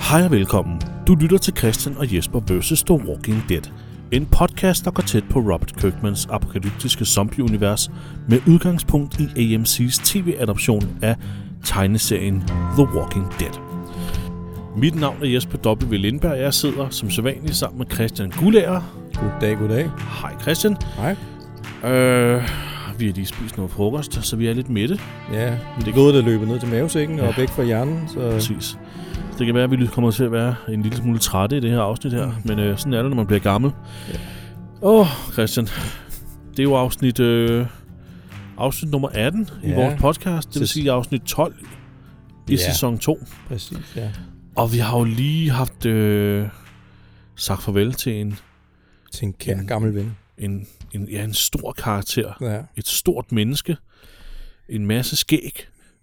Hej og velkommen. Du lytter til Christian og Jesper vs. The Walking Dead. En podcast, der går tæt på Robert Kirkmans apokalyptiske zombie-univers med udgangspunkt i AMC's tv-adoption af tegneserien The Walking Dead. Mit navn er Jesper W. Lindberg, og jeg sidder som sædvanligt sammen med Christian Guldager. Goddag. Hej Christian. Hej. Vi har lige spist noget frokost, så vi er lidt mætte. Ja, det er gået at løbe ned til mavesækken og væk fra hjernen. Så... Præcis. Det kan være, at vi kommer til at være en lille smule trætte i det her afsnit her, men sådan er det, når man bliver gammel. Christian, det er jo afsnit nummer 18 i vores podcast, det vil sige afsnit 12 i sæson 2. Præcis, ja. Og vi har jo lige haft sagt farvel til en kær gammel ven. En stor karakter. Ja. Et stort menneske. En masse skæg.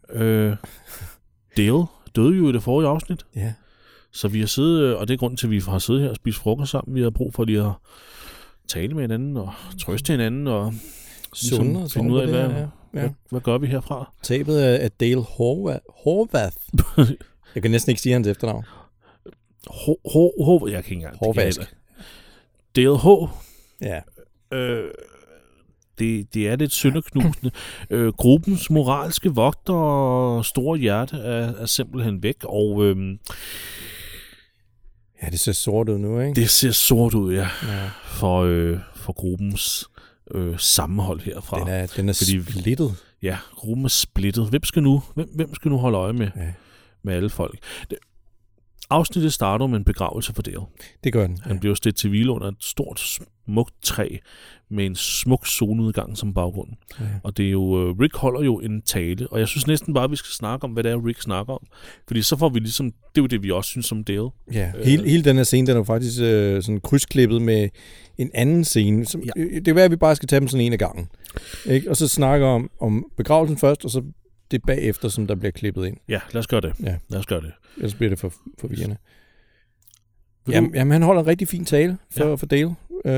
Dale døde jo i det forrige afsnit. Ja. Så vi har siddet, og det er grunden til, at vi har siddet her og spist frokost sammen. Vi har brug for lige at tale med hinanden og trøste hinanden og ligesom finde ud af, hvad gør vi herfra? Tabet af Dale Horvath. Jeg kan næsten ikke sige hans efternavn. Jeg kan ikke engang. Horvask. Dale H. Ja. Det er lidt syndeknusende. Gruppens moralske vogter og store hjerte er simpelthen væk, og ja, det ser sort ud nu, ikke? Det ser sort ud, ja. For gruppens sammenhold herfra. Den er splittet. Ja, gruppen er splittet. Hvem skal nu holde øje med alle folk? Afsnittet starter med en begravelse for Dale. Det gør den. Han bliver stedt til hvile under et stort, smukt træ med en smuk solnedgang som baggrund. Ja. Og det er jo, Rick holder jo en tale, og jeg synes næsten bare, at vi skal snakke om, hvad det er, Rick snakker om. Fordi så får vi ligesom, det er jo det, vi også synes om Dale. Ja, hele den her scene, den er faktisk sådan krydsklippet med en anden scene. Som, det er værd, at vi bare skal tage dem sådan en af gangen. Ikke? Og så snakke om begravelsen først, og så det bagefter, som der bliver klippet ind. Ja, lad os gøre det. Ja. Lad os gøre det. Ellers bliver det for forvirrende. Jamen, han holder en rigtig fin tale for Dale.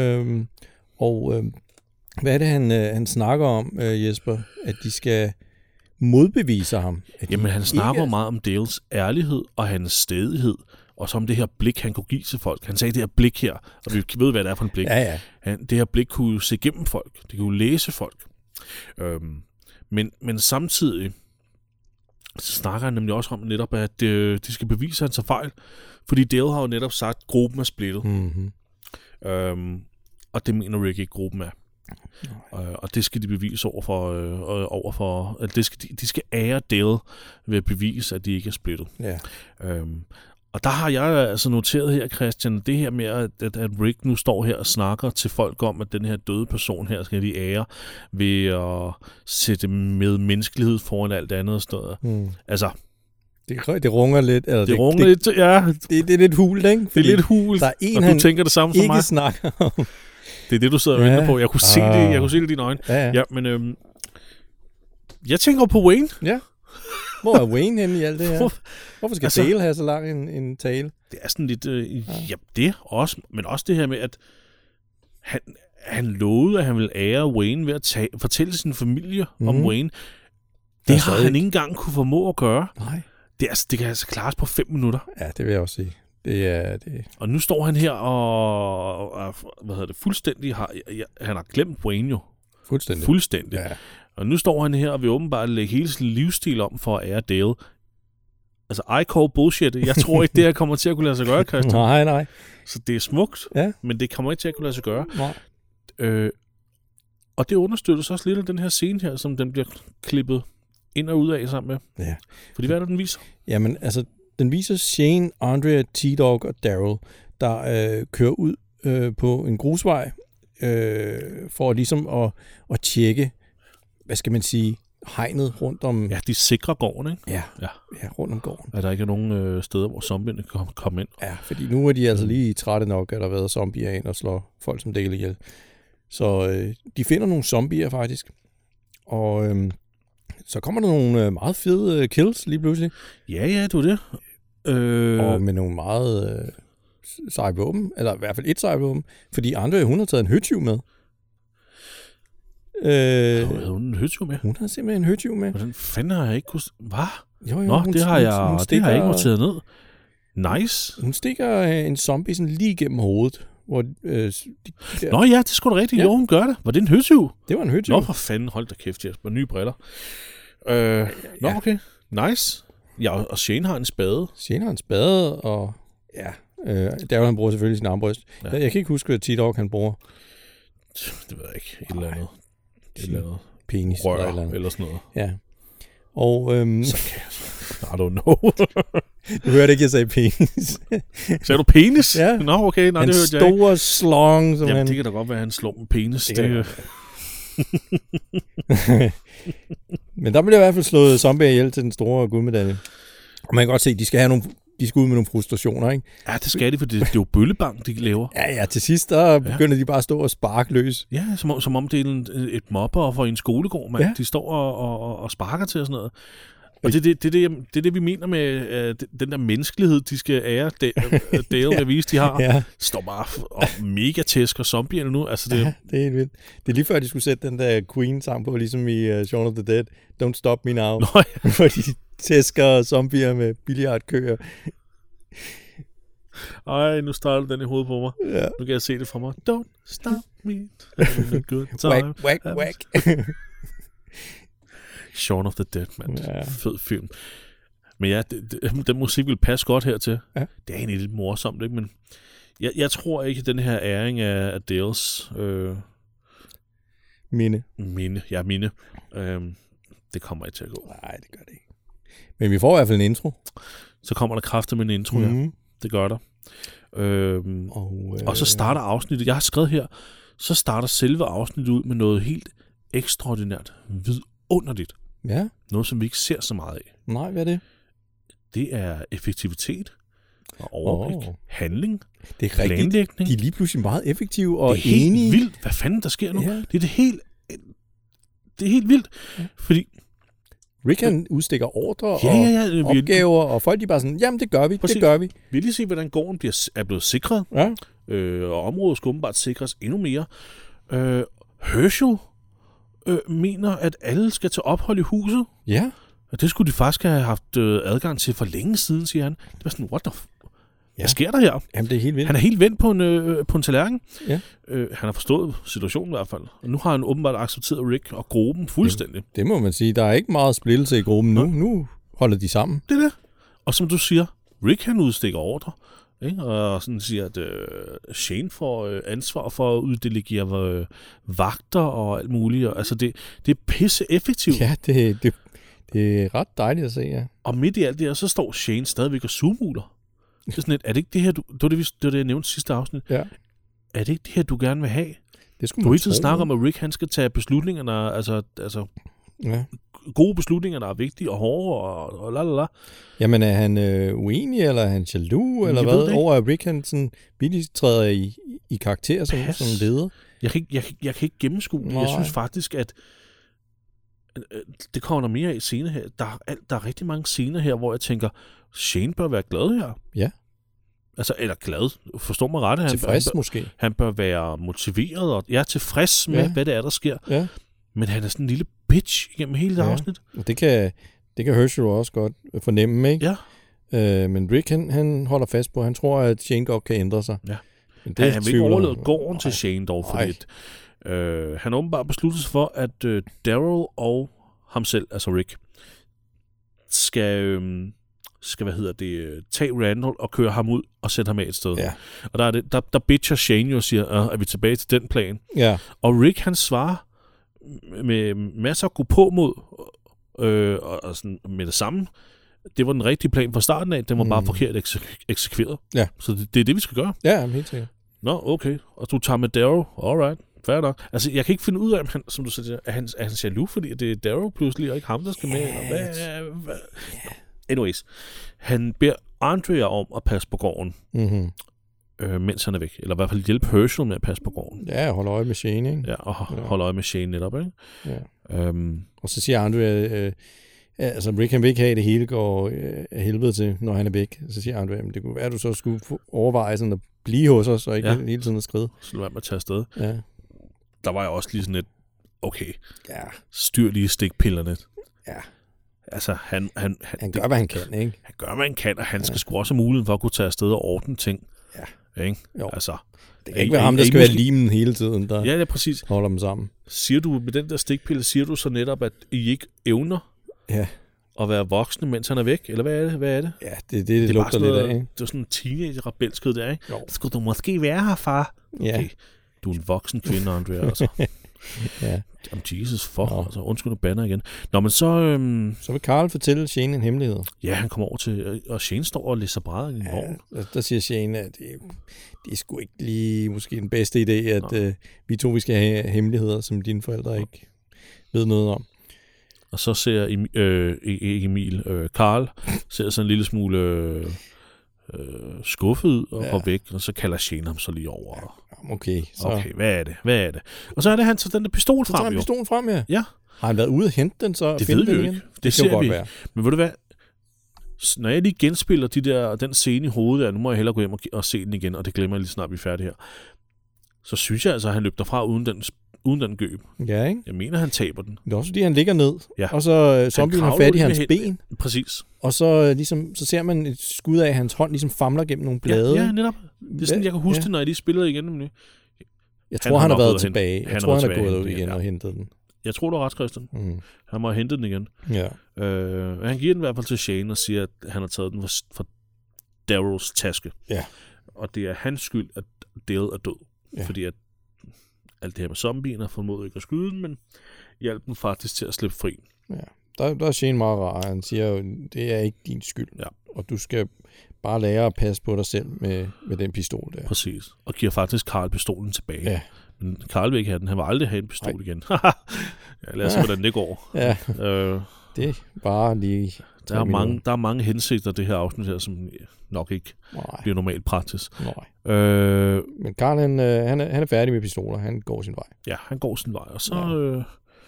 Hvad er det, han snakker om, Jesper? At de skal modbevise ham? Jamen, han snakker meget om Dales ærlighed og hans stædighed, og så om det her blik, han kunne give til folk. Han sagde det her blik her, og vi ved, hvad det er for en blik. Ja. Det her blik kunne jo se igennem folk. Det kunne jo læse folk. Men samtidig så snakker han nemlig også om netop, at de skal bevise, at han tager fejl. Fordi Dale har jo netop sagt, at gruppen er splittet. Mm-hmm. Og det mener Rick ikke, gruppen er. Og det skal de bevise overfor at de skal ære Dale ved at bevise, at de ikke er splittet. Ja. Og der har jeg altså noteret her, Christian, det her med, at Rick nu står her og snakker til folk om, at den her døde person her skal de ære ved at sætte med menneskelighed foran alt andet og sådan noget. Altså... Det runger lidt. Eller det runger lidt, ja. Det er lidt hult, ikke? Fordi det er lidt hult, der er en, og du tænker det samme som mig. Ikke snakker om. Det er det, du sidder og venter på. Jeg kunne se det. Jeg kunne se det i dine øjne. Ja, men jeg tænker på Wayne. Ja. Hvor er Wayne henne i alt det her? Hvorfor skal Dale have så lang en tale? Det er sådan lidt... det også. Men også det her med, at han lovede, at han ville ære Wayne ved at fortælle sin familie om Wayne. Det har han ikke engang kunne formå at gøre. Nej. Det kan altså klares på 5 minutter. Ja, det vil jeg også sige. Det. Og nu står han her og fuldstændig han har glemt Wayne jo. Fuldstændig. Ja. Og nu står han her og vil åbenbart lægge hele sin livsstil om for at ære Dale. Altså, I call bullshit. Jeg tror ikke, det her kommer til at kunne lade sig gøre, Christian. Nej. Så det er smukt, men det kommer ikke til at kunne lade sig gøre. Nej. Og det understøttes også lidt af den her scene her, som den bliver klippet ind og ud af sammen med. Ja. Fordi hvad er det, den viser? Jamen, altså, den viser Shane, Andrea, T-Dog og Daryl, der kører ud på en grusvej for ligesom at tjekke, hvad skal man sige, hegnet rundt om... Ja, de sikrer gården, ikke? Ja, rundt om gården. At der ikke er nogen steder, hvor zombierne kan komme ind. Ja, fordi nu er de altså lige trætte nok, at der har været zombier ind og slår folk som Dale ihjel. Så de finder nogle zombier faktisk. Og så kommer der nogle meget fede kills lige pludselig. Ja, du er det. Og med nogle meget seje våben, eller i hvert fald et seje våben, fordi Andrea, hun har taget en høtyv med. Havde hun en høtyv med? Hun har simpelthen en høtyv med. Hvordan fanden har jeg ikke kunnet... Hvad? Jo, Nå, det har jeg ikke noteret ned. Nice. Hun stikker en zombie sådan lige gennem hovedet. Hvor, Nå ja, det skulle da rigtigt. Ja. Jo, hun gør det. Var det en høtyv? Det var en høtyv. Nå, for fanden. Hold da kæft, Jesper. Nye briller. Nå, okay. Nice. Ja, og Shane har en spade. Shane har en spade, og ja, der han bruger selvfølgelig sin armbryst. Ja. Jeg kan ikke huske, hvad T-Dog han bruger. Det ved jeg ikke. Et eller andet. Et eller andet. Penis. Rør eller sådan noget. Ja. Og så kan jeg I don't know. Du hørte ikke, jeg sagde penis. Sagde du penis? Ja. Nå, okay. Nej, det hørte jeg ikke. En stor slong. Jamen, det kan da godt være, at han slår med penis. Men der bliver i hvert fald slået zombie ihjel til den store guldmedalje. Og man kan godt se, at de skal ud med nogle frustrationer, ikke? Ja, det skal de, for det er jo bøllebank, de laver. Ja, til sidst, der begynder de bare at stå og sparke løs. Ja, som om det er et mobber for en skolegård, mand. Ja. De står og sparker til og sådan noget. Og det er det, vi mener med den der menneskelighed, de skal ære. Dale vil vise, de har. Ja. Står bare og mega tæsker zombierne nu. Altså, det... Ja, det er helt vildt. Det er lige før, de skulle sætte den der Queen-sang på, ligesom i Shaun of the Dead. Don't Stop Me Now. Nå, ja. Hvor de tæsker zombier med billiardkøer. Ej, nu starter den i hovedet på mig. Ja. Nu kan jeg se det fra mig. Don't stop me. Whack, whack, whack. Shaun of the Dead, mand. Ja. Fed film. Men ja, den musik vil passe godt hertil. Ja. Det er egentlig lidt morsomt, ikke? Men jeg tror ikke, at den her æring af Dales minde. Det kommer ikke til at gå. Nej, det gør det ikke. Men vi får i hvert fald en intro. Så kommer der kraftigt med en intro, ja. Det gør der. Og så starter afsnittet. Jeg har skrevet her, så starter selve afsnittet ud med noget helt ekstraordinært, vidunderligt. Ja. Noget, som vi ikke ser så meget af. Nej, hvad er det? Det er effektivitet og overblik, handling, det er planlægning. De er lige pludselig meget effektive og enige. Det er helt vildt. Hvad fanden der sker nu? Ja. Det er helt vildt. Ja. Fordi Rick han udstikker ordre og opgaver, og folk de bare sådan, jamen det gør vi, præcis. Det gør vi. Vi lige se, hvordan gården er blevet sikret, og området skal åbenbart sikres endnu mere. Herschel mener, at alle skal til ophold i huset. Ja. Og det skulle de faktisk have haft adgang til for længe siden, siger han. Det var sådan, hvad sker der her? Jamen, det er helt vildt. Han er helt vendt på en tallerken. Ja. Han har forstået situationen i hvert fald. Og nu har han åbenbart accepteret Rick og gruppen fuldstændig. Det må man sige. Der er ikke meget splittelse i gruppen nu. Nu holder de sammen. Det er det. Og som du siger, Rick han udstikker ordre. Ikke? Og sådan siger, at Shane får ansvar for at uddelegere vagter og alt muligt. Altså det er pisse effektivt. Ja, det er ret dejligt at se, ja. Og midt i alt det her, så står Shane stadigvæk og zoomuler. Det er sådan et, er det ikke det her, det var det, jeg nævnte sidste afsnit. Ja. Er det ikke det her, du gerne vil have? Det skulle du hele tiden snakker om, at Rick han skal tage beslutningerne, altså gode beslutninger, der er vigtige og hårde og lalala. Jamen er han uenig, eller er han jaloux, eller hvad? Over at Rick han sådan vildt træder i karakter som leder? Jeg kan ikke gennemskue det. Jeg synes faktisk, at det kommer der mere af scener her. Der er rigtig mange scener her, hvor jeg tænker, Shane bør være glad her. Ja. Altså, eller glad. Forstår mig ret. Tilfreds måske. Han bør være motiveret og tilfreds med, hvad det er, der sker. Ja. Men han er sådan en lille bitch igennem hele det afsnit. Det kan Herschel også godt fornemme, ikke? Ja. Men Rick, han holder fast på, han tror, at Shane godt kan ændre sig. Ja. Men det han vil ikke overlade gården til Shane dog, fordi han åbenbart besluttet sig for, at Daryl og ham selv, altså Rick, skal tage Randall og køre ham ud og sætte ham af et sted. Ja. Og der bitcher Shane jo og siger, er vi tilbage til den plan? Ja. Og Rick, han svarer med masser af gå på mod, og sådan med det samme. Det var den rigtige plan fra starten af. Den var bare forkert eksekveret. Ja. Så det er det, vi skal gøre. Ja, helt sikkert. Nå, okay. Og du tager med Daryl. Alright. Fair nok. Altså, jeg kan ikke finde ud af, som du siger, er han jaloux, fordi det er Daryl pludselig, og ikke ham, der skal med? Eller hvad? Anyways. Han beder Andrea om at passe på gården, mens han er væk. Eller i hvert fald hjælpe Herschel med at passe på gården. Ja, holde øje med Shane, ikke? Ja, og holde øje med Shane netop, ikke? Ja. Og så siger Andrea, altså Rick han vil ikke have, det hele går af helvede til, når han er væk. Så siger Andrea, det kunne være, at du så skulle overveje sådan at blive hos os, og ikke hele tiden at skride. Så lad være med at tage afsted. Ja. Der var jeg også lige sådan et, okay, ja. Styr lige stikpillerne. Ja. Altså, han gør, hvad han kan, ikke? Han gør, hvad han kan, og han skal sgu også have muligheden for at kunne tage afsted og ordne ting. Ja. Ikke? Jo. Altså, det kan ikke være ham, der skal være limen hele tiden, der ja, præcis. holder dem sammen. Siger du med den der stikpille, siger du så netop, at I ikke evner at være voksne, mens han er væk? Eller hvad er det? Ja, det lugter lidt af, ikke? Det er sådan en teenager-rebelskhed der, ikke? Jo. Skulle du måske være her, far? Ja. Okay. Du er en voksen kvinde, Andrea, altså. Ja. Jamen, Jesus, fuck, altså. Undskyld, du banner igen. Nå, men så... Så vil Carl fortælle Shane en hemmelighed. Ja, han kommer over til... Og Shane står og læser brædder i en vogn. Der siger Shane, at det er sgu ikke lige måske den bedste idé, at vi to skal have hemmeligheder, som dine forældre ikke ved noget om. Og så ser Carl ser sådan en lille smule skuffet ud og går væk, og så kalder Shane ham så lige over. Okay, hvad er det? Og så er det, han tager den der pistol frem, jo. Så tager han pistolen frem, ja. Ja. Har han været ude og hente den, så det ved vi jo ikke. Det ser godt vi. Være. Men ved du hvad? Når jeg lige genspiller den scene i hovedet der, nu må jeg hellere gå hjem og se den igen, og det glemmer jeg lige snart, vi er færdige her. Så synes jeg altså, at han løb derfra uden den gøb. Ja, ikke? Jeg mener, han taber den. Det er også fordi, han ligger ned, og så zombien har fat i hans ben. Præcis. Og så, så ser man et skud af, at hans hånd ligesom famler gennem nogle blade. Ja, netop. Det er sådan, jeg kan huske det, når jeg lige spillede igen. Nemlig. Jeg tror, han har været tilbage. Jeg tror, han er gået ud igen og hentet den. Jeg tror, du har ret, Christian. Han må have hentet den igen. Ja. Han giver den i hvert fald til Shane og siger, at han har taget den fra Darryls taske. Ja. Og det er hans skyld, at Dale er død. Ja. Fordi at alt det her med zombien har formået ikke at skyde den, men hjalp den faktisk til at slippe fri. Ja. Der er Shane meget rar. Han siger jo, det er ikke din skyld. Ja. Og du skal bare lære at passe på dig selv med den pistol der. Præcis. Og giver faktisk Carl pistolen tilbage. Ja. Men Carl vil ikke have den. Han vil aldrig have en pistol igen. Lad os se, hvordan det går. Ja. Det er bare lige... Der er mange hensigter, det her afsnit her, som nok ikke bliver normalt praktisk. Men Carl, han er færdig med pistoler. Han går sin vej. Ja, han går sin vej. Og så,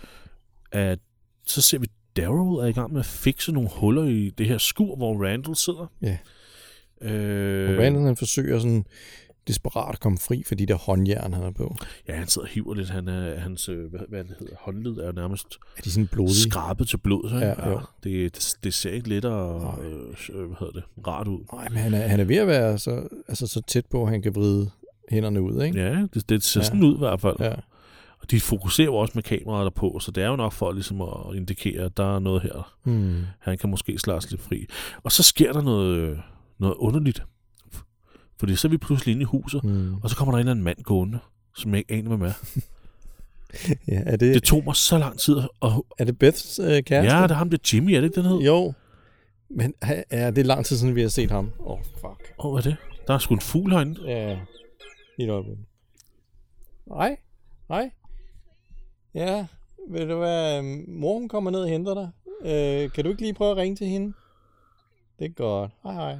så ser vi, Darryl er i gang med at fikse nogle huller i det her skur, hvor Randall sidder. Ja. Og Randall, han forsøger sådan desperat at komme fri for de der håndjern, han er på. Ja, han sidder og hiver lidt. Hans hvad det hedder, håndled er nærmest de sådan blodige? Skrabet til blod. Ja. Det ser ikke lidt rart ud. Nej, men han er ved at være så tæt på, at han kan vride hænderne ud, ikke? Ja, det ser sådan ud i hvert fald. Ja. Og de fokuserer jo også med kameraet derpå, så det er jo nok for ligesom at indikere, at der er noget her. Han kan måske slags lidt fri. Og så sker der noget underligt. Fordi så er vi pludselig inde i huset, og så kommer der en eller anden mand gående, som jeg ikke aner, hvem er. Ja, det tog mig så lang tid. Er det Beths kæreste? Ja, det er ham, det er Jimmy, er det ikke den hed? Jo, men det er lang tid siden, vi har set ham. Fuck. Hvad er det? Der er sgu en fugl herinde. Ja, lige op. Hej. Ja, ved du hvad, mor hun kommer ned og henter dig. Kan du ikke lige prøve at ringe til hende? Det er godt. Hej.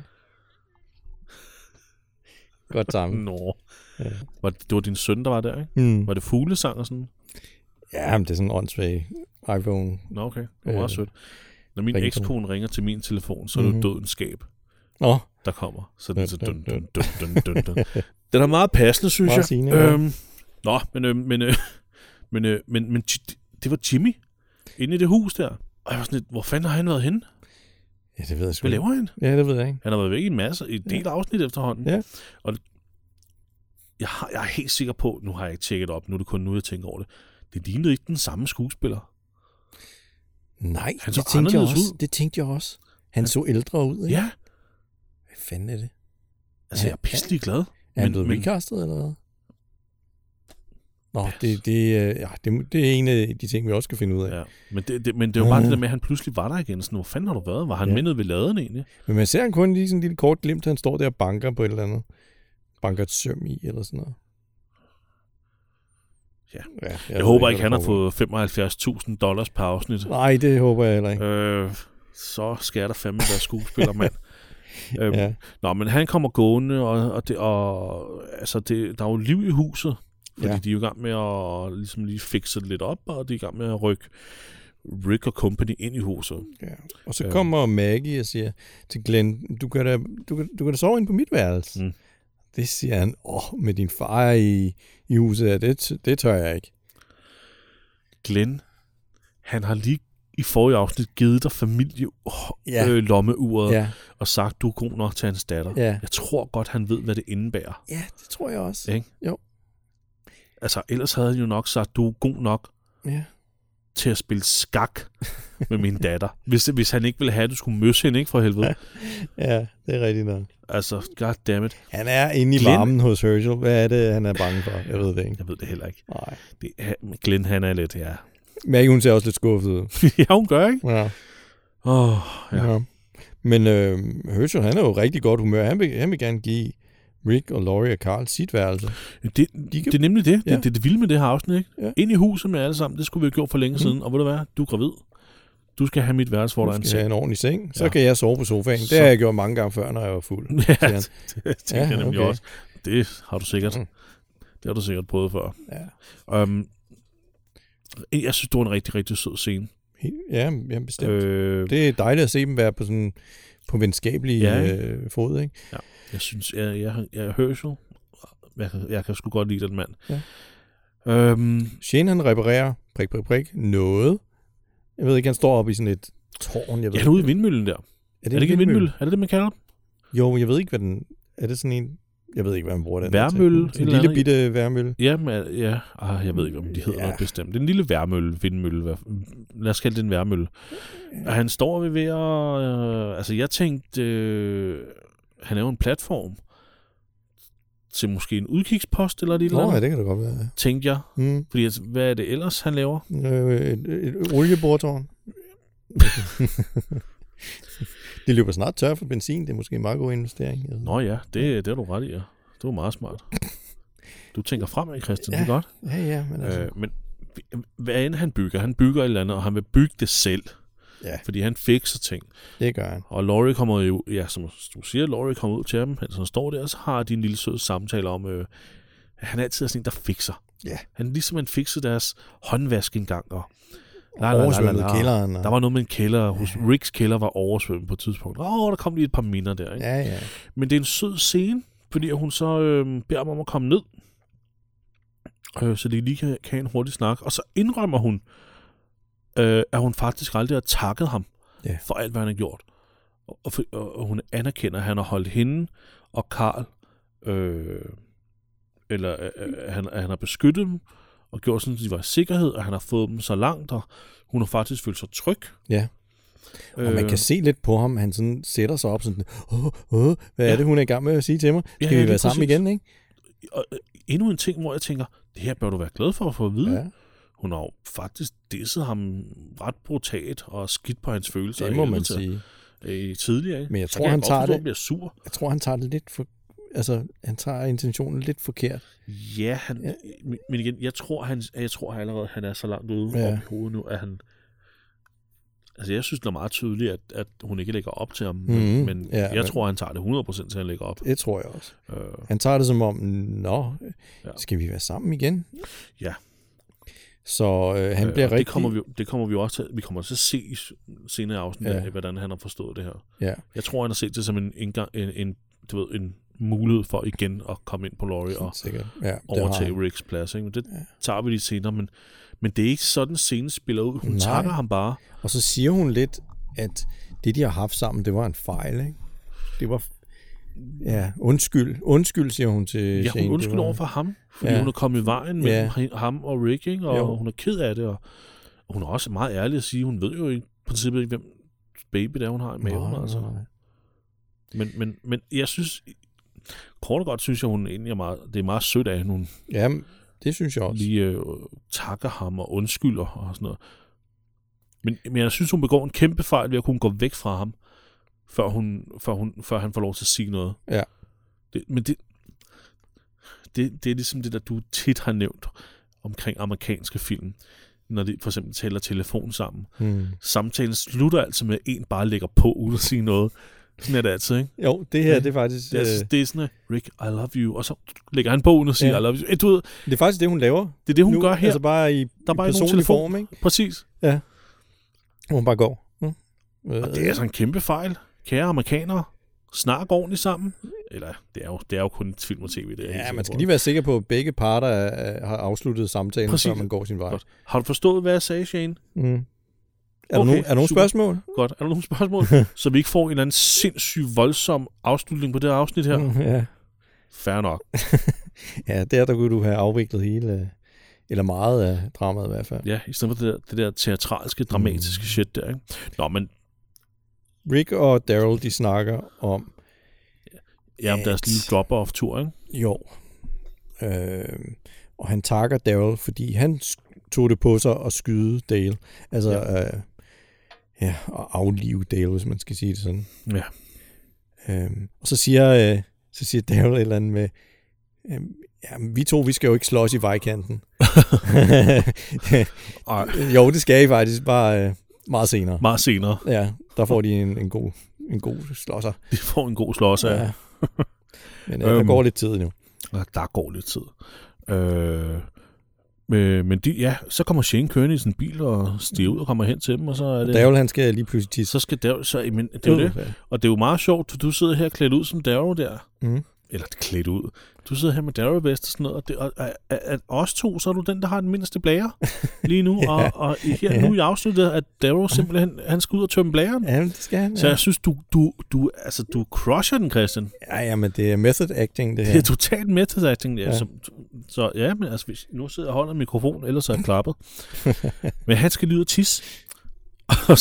Godt sammen. Nå. Ja. Det var din søn, der var der, ikke? Var det fuglesang og sådan? Ja, men det er sådan en åndssvag iPhone. Nå, okay. Det var også sødt. Når min ekskone ringer til min telefon, så er det dødens skab, der kommer. Så den så dun. Den er meget passende, synes jeg. Men det var Jimmy inde i det hus der. Og jeg var sådan lidt, hvor fanden har han været henne? Ja, det ved jeg sgu. Hvad laver han? Ja, det ved jeg ikke. Han har været væk i en del afsnit efterhånden. Ja. Og jeg er helt sikker på, nu har jeg ikke tjekket op, nu er det kun nu, jeg tænker over det. Det lignede ikke den samme skuespiller. Nej, det tænkte jeg også. Han så ældre ud, ikke? Ja. Hvad fanden er det? Altså, jeg er pisselig glad. Er han blevet recastet, eller hvad? Nå, det er en af de ting, vi også skal finde ud af. Ja, men det er jo bare det der med, at han pludselig var der igen. Sådan, hvor fanden har du været? Var han med nede ved laden egentlig? Men man ser han kun lige sådan en lille kort glimt, han står der og banker på et eller andet. Banker et søm i, eller sådan noget. Ja. Jeg håber ikke, han har fået $75,000 per afsnit. Nej, det håber jeg heller ikke. Så skal der fandme være skuespiller, mand. Nå, men han kommer gående, og der er jo liv i huset. Fordi de er jo i gang med at ligesom lige fikse det lidt op, og de er i gang med at rykke Rick og company ind i huset. Ja. Og så kommer Maggie og siger til Glenn, du kan da sove inde på mit værelse. Det siger han, med din far i huset, det tør jeg ikke. Glenn, han har lige i forrige afsnit givet dig lommeuret og sagt, du er god nok til hans datter. Ja. Jeg tror godt, han ved, hvad det indebærer. Ja, det tror jeg også. Ikke? Jo. Altså, ellers havde han jo nok sagt, du er god nok til at spille skak med min datter. Hvis han ikke ville have, at du skulle møsse hende, ikke, for helvede. Ja, det er rigtigt nok. Altså, goddammit. Han er inde i varmen hos Herschel. Hvad er det, han er bange for? Jeg ved det ikke. Jeg ved det heller ikke. Nej. Glenn, han er lidt, Men hun ser også lidt skuffet ud. Ja, hun gør, ikke? Ja. Ja. Men Herschel, han er jo rigtig godt humør. Han vil gerne give Rick og Laurie og Carl sit værelse. Det er nemlig det. Ja. Det er det vilde med det her afsnit, ikke? Ja. Ind i huset med alle sammen. Det skulle vi have gjort for længe siden. Og ved du hvad? Du er gravid. Du skal have mit værelse, hvor der er en seng. Du skal have en ordentlig seng. Så kan jeg sove på sofaen. Det har jeg gjort mange gange før, når jeg var fuld. Ja, det tænker jeg nemlig også. Det har du sikkert. Det har du sikkert prøvet før. Ja. Jeg synes, det var en rigtig, rigtig sød scene. Ja, bestemt. Det er dejligt at se dem være på venskabelig fod, ikke? Ja. Jeg synes, jeg Herschel. Jeg kan sgu godt lide den mand. Ja. Shane, han reparerer prik noget. Jeg ved ikke, han står oppe i sådan et tårn. Jeg ved han er ude i vindmøllen der. Er det ikke en vindmølle? Er det man kalder dem? Jo, jeg ved ikke, hvad den... Er det sådan en... Jeg ved ikke, hvad man bruger den. Værmølle? En lille bitte værmølle. Ja. Jeg ved ikke, om de hedder noget bestemt. Det er en lille vindmølle. Lad os kalde det en værmølle. Og han står ved at... jeg tænkte... han er jo en platform til måske en udkigspost eller et eller andet. Ja, det kan det godt være. Tænkte jeg. Fordi hvad er det ellers, han laver? Et oliebortårn. De løber snart tør for benzin. Det er måske en meget god investering. Nå ja, det er du ret i, ja. Det var meget smart. Du tænker fremad, Christian. Det er godt. Ja, men altså... men hvad end han bygger et eller andet, og han vil bygge det selv. Ja. Fordi han fikser ting. Det gør han. Og Laurie kommer jo, som du siger, Laurie kommer ud til ham, altså han står der, og så har de en lille sød samtale om, han er altid sådan en, der fikser. Ja. Han ligesom han fikser deres håndvask engang, og oversvømmet kælderen. Der var noget med en kælder, hos Ricks kælder var oversvømmet på et tidspunkt. Der kom lige et par minder der, ikke? Ja. Men det er en sød scene, fordi hun så beder ham om at komme ned, så de lige kan have en hurtig snak, og så indrømmer hun, at hun faktisk aldrig har takket ham for alt, hvad han har gjort. Og hun anerkender, at han har holdt hende og Carl, han har beskyttet dem, og gjort sådan, at de var i sikkerhed, og han har fået dem så langt, og hun har faktisk følt sig tryg. Ja. Og man kan se lidt på ham, han sådan sætter sig op sådan, hvad er det, hun er i gang med at sige til mig? Skal vi være sammen igen, ikke? Og endnu en ting, hvor jeg tænker, det her bør du være glad for at få at vide. Ja. Hun har jo faktisk disset ham ret brutalt og skidt på hans følelser. Det må man sige. Tidligere, ikke? Men jeg tror, han tager det... bliver sur. Jeg tror, han tager det lidt for... Altså, han tager intentionen lidt forkert. Ja, men igen, jeg tror allerede, han er så langt ude om hovedet nu, at han... Altså, jeg synes, det er meget tydeligt, at hun ikke lægger op til ham, men jeg tror, han tager det 100% til at lægge op. Det tror jeg også. Han tager det som om, skal vi være sammen igen? Ja. Så han bliver rigtig... Det kommer vi også til. Vi kommer til at se senere afsnit af, hvordan han har forstået det her. Ja. Jeg tror, han har set det som en mulighed for igen at komme ind på Laurie og overtage Ricks plads. Ikke? Men det tager vi lige senere, men det er ikke sådan, scenen spiller ud. Hun takker ham bare. Og så siger hun lidt, at det, de har haft sammen, det var en fejl. Ikke? Det var... Ja, undskyld, siger hun til Shane. Ja, hun undskylder over for ham, fordi hun er kommet i vejen med ham og Rick, ikke? Og hun er ked af det, og hun er også meget ærlig at sige, hun ved jo i princippet ikke, hvem baby det er, hun har i maven. Altså. Men jeg synes, kort og godt synes jeg, hun egentlig det er meget sødt af hende, hun det synes jeg også. Lige takker ham og undskylder og sådan noget. Men jeg synes, hun begår en kæmpe fejl ved at kunne gå væk fra ham, før han får lov til at sige noget. Ja. Det er ligesom det, der du tit har nævnt omkring amerikanske film, når de for eksempel taler telefon sammen. Samtalen slutter altid med, at en bare lægger på, uden at sige noget. Sådan er det altid, ikke? Jo, det her, det er faktisk... Det er sådan, Rick, I love you, og så lægger han på, uden at sige, I love you. Du ved, det er faktisk det, hun laver. Det er det, hun gør her. Altså bare i personlig form, ikke? Præcis. Ja. Hun bare går. Og det er altså en kæmpe fejl. Kære amerikanere, snak ordentligt sammen. Eller, det er jo kun film og tv. Det er man skal lige være sikker på, at begge parter har afsluttet samtalen, før man går sin vej. Godt. Har du forstået, hvad jeg sagde, Shane? Er der nogle spørgsmål? Godt. Er der nogle spørgsmål? Så vi ikke får en eller anden sindssyg voldsom afslutning på det her afsnit her? Ja. Fair nok. Ja, der kunne du have afviklet hele, eller meget af dramaet i hvert fald. Ja, i stedet for det der teatralske, dramatiske shit der, ikke? Nå, men... Rick og Daryl, de snakker om... Ja, om deres lille drop-off-tur, ikke? Jo. Og han takker Daryl, fordi han tog det på sig at skyde Dale. Altså, at aflive Dale, hvis man skal sige det sådan. Ja. Og så siger Daryl et eller andet med, vi skal jo ikke slås i vejkanten. Jo, det skal I faktisk, bare meget senere. Meget senere. Ja, der får de en god slåsser. De får en god slåsser, ja. Men der går lidt tid nu. Der går lidt tid. Men så kommer Shane kørende i sin bil og stiger ud og kommer hen til dem, og så er det... Daryl, han skal lige pludselig tisse. Så skal Daryl... Men det er jo det. Og det er jo meget sjovt, at du sidder her klædt ud som Daryl der. Mm. Eller klædt ud. Du sidder her med Daryl-vest og sådan noget, og at os to, så er du den, der har den mindste blære lige nu, og her nu i afsnittet, at Daryl simpelthen, han skal ud og tømme blæren. Ja, det skal han. Så jeg synes, du crusher den, Christian. Ja, men det er method acting, det her. Det er totalt method acting, det er. Så ja, men altså, hvis nu sidder jeg og holder mikrofon, ellers er jeg klappet. Men han skal lyde og tisse. Og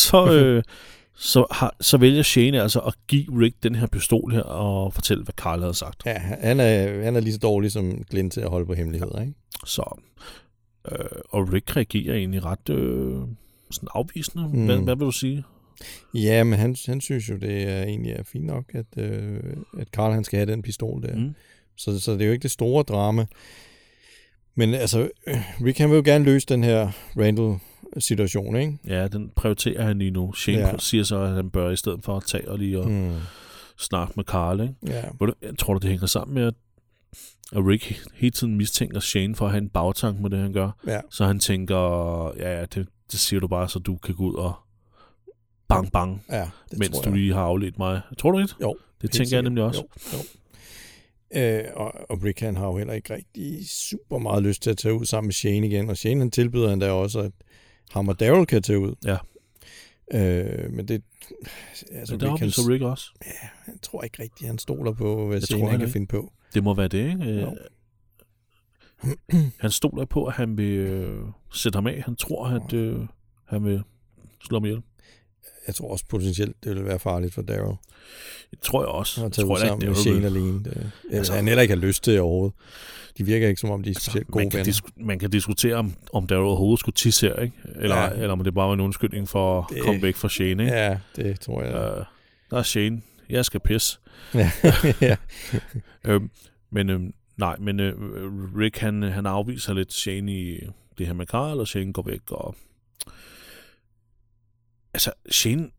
så vælger Shane altså at give Rick den her pistol her og fortælle, hvad Carl havde sagt. Ja, han er lige så dårlig som Glenn til at holde på hemmeligheder, ikke? Så, og Rick reagerer egentlig ret sådan afvisende. Hvad vil du sige? Ja, men han synes jo, det er egentlig fint nok, at Carl han skal have den pistol der. Mm. Så det er jo ikke det store drama. Men altså, Rick han vil jo gerne løse den her Randall-situation, ikke? Ja, den prioriterer han lige nu. Shane siger så, at han bør i stedet for at tage og lige og snakke med Carl, ikke? Ja. Jeg tror du, det hænger sammen med, at Rick hele tiden mistænker Shane for at have en bagtank med det, han gør. Ja. Så han tænker, det siger du bare, så du kan gå ud og bang, mens du lige har afledt mig. Tror du ikke? Jo. Det tænker jeg nemlig også. Jo. Og Rick han har jo heller ikke rigtig super meget lyst til at tage ud sammen med Shane igen, og Shane han tilbyder han da også, at ham og Daryl kan tage ud. Ja. Men det... Altså, det Rick, så Rick også. Ja, jeg tror ikke rigtig, han stoler på, hvad Shane han kan finde på. Det må være det, ikke? Han stoler på, at han vil sætte ham af. Han tror, at han vil slå ham ihjel. Jeg tror også potentielt, det vil være farligt for Daryl. Det tror jeg også. Jeg tror sammen med Shane alene. Altså, han heller ikke har lyst til overhovedet. De virker ikke, som om de er specielt gode venner. Man kan diskutere, om Daryl overhovedet skulle tisse her, ikke? Eller om det bare var en undskyldning for at komme væk fra Shane, ikke? Ja, det tror jeg. Der er Shane. Jeg skal pisse. Ja. Men Rick, han afviser lidt Shane i det her med Carl, og Shane går væk, og altså, Shane...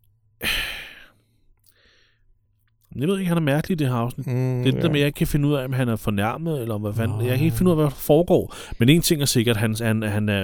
Jeg ved ikke, han er mærkelig i det her afsnit. Det er det der med, jeg ikke kan finde ud af, om han er fornærmet, eller hvad fanden. Jeg kan ikke finde ud af, hvad der foregår. Men en ting er sikkert, at han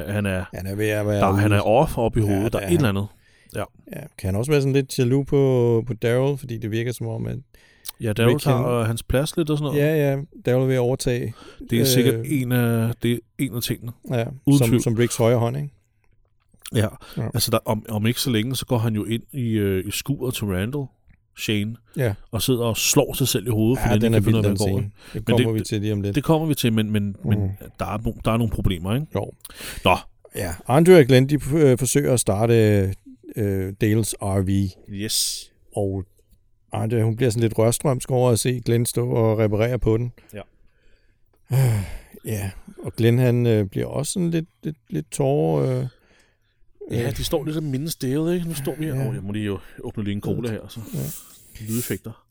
er off op i hovedet. Der er et eller andet. Ja. Kan han også være sådan lidt jaloux på Daryl, fordi det virker som om, at... Ja, Daryl tager hans plads lidt og sådan noget. Ja, Daryl vil overtage. Det er sikkert en af tingene. Ja, som Ricks højre hånd, ikke? Ja. Altså om ikke så længe, så går han jo ind i skuret til Randall, Shane, og sidder og slår sig selv i hovedet, for den er vild, den scene. Det kommer vi til lige om lidt. Det kommer vi til, men der er nogle problemer, ikke? Jo. Nå. Ja, Andre og Glenn, de forsøger at starte Dales RV. Yes. Og Andre, hun bliver sådan lidt rørstrømsk over at se Glenn stå og reparere på den. Ja. Ja, og Glenn, han bliver også sådan lidt tårer. Ja, de står lidt af mindesdævet, ikke? Nu står vi her. Jeg må lige åbne lige en cola her, så. Ja. Lydeffekter.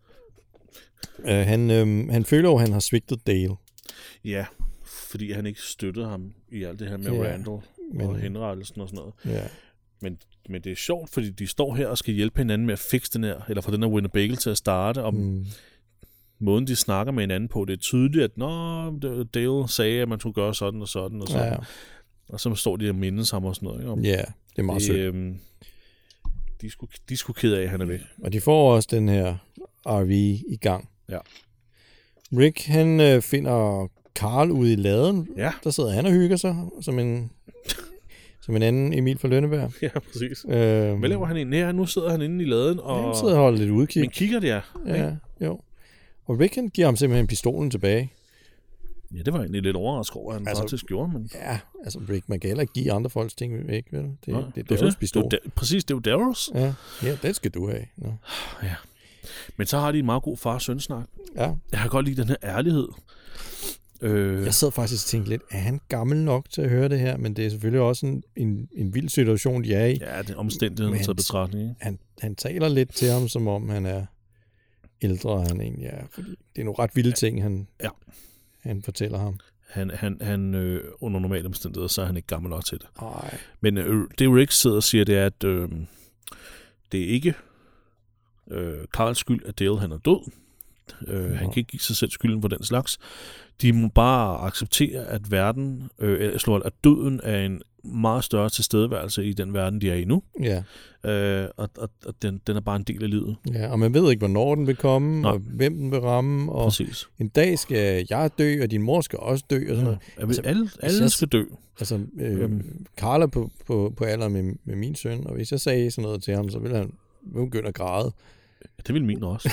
Han føler jo, at han har svigtet Dale. Ja, fordi han ikke støttede ham i alt det her med Randall og henrettelsen og sådan noget. Ja. Men det er sjovt, fordi de står her og skal hjælpe hinanden med at fikse den her, eller få den her Winnebago til at starte, om måden, de snakker med hinanden på. Det er tydeligt, at Dale sagde, at man skulle gøre sådan og sådan og sådan. Ja. Og så står de og mindes ham og sådan noget. Ikke? Ja, det er meget sødt. De er sgu ked af, at han er væk. Og de får også den her RV i gang. Ja. Rick, han finder Carl ude i laden. Ja. Der sidder han og hygger sig som Som en anden Emil fra Lønneberg. Ja, præcis. Hvad laver han egentlig her? Nu sidder han inde i laden og... Han sidder og holder lidt udkig. Men kigger det Ja, jo. Og Rick han giver ham simpelthen pistolen tilbage. Ja, det var egentlig lidt overrasket over, at han faktisk gjorde. Men... Ja, altså Rick, man kan heller ikke give andre folks ting væk, vel? Det er Darryls pistol. Præcis, det er jo Darryls. Ja, den skal du have. Nå. Ja. Men så har de en meget god far-søn-snak. Ja. Jeg har godt lide den her ærlighed. Jeg sad faktisk og tænkte lidt, er han gammel nok til at høre det her? Men det er selvfølgelig også en vild situation, de er i. Ja, det er omstændigheden til betragtning. Han taler lidt til ham, som om han er ældre, han egentlig er. Fordi det er nogle ret vilde ting, han fortæller ham. Han under normale omstændigheder, så er han ikke gammel nok til det. Nej. Men det Rick sidder og siger, det er, at det er ikke Carls skyld, at Dale han er død. Han kan ikke give sig selv skylden for den slags. De må bare acceptere, at at døden er en meget større tilstedeværelse i den verden, de er i nu. Ja. Og den er bare en del af livet. Ja, og man ved ikke, hvornår den vil komme, og hvem den vil ramme. Og præcis. En dag skal jeg dø, og din mor skal også dø. Og sådan noget. Alle skal dø. Altså, Carl er på alder med min søn, og hvis jeg sagde sådan noget til ham, så ville han begynde at græde. Det ville min også.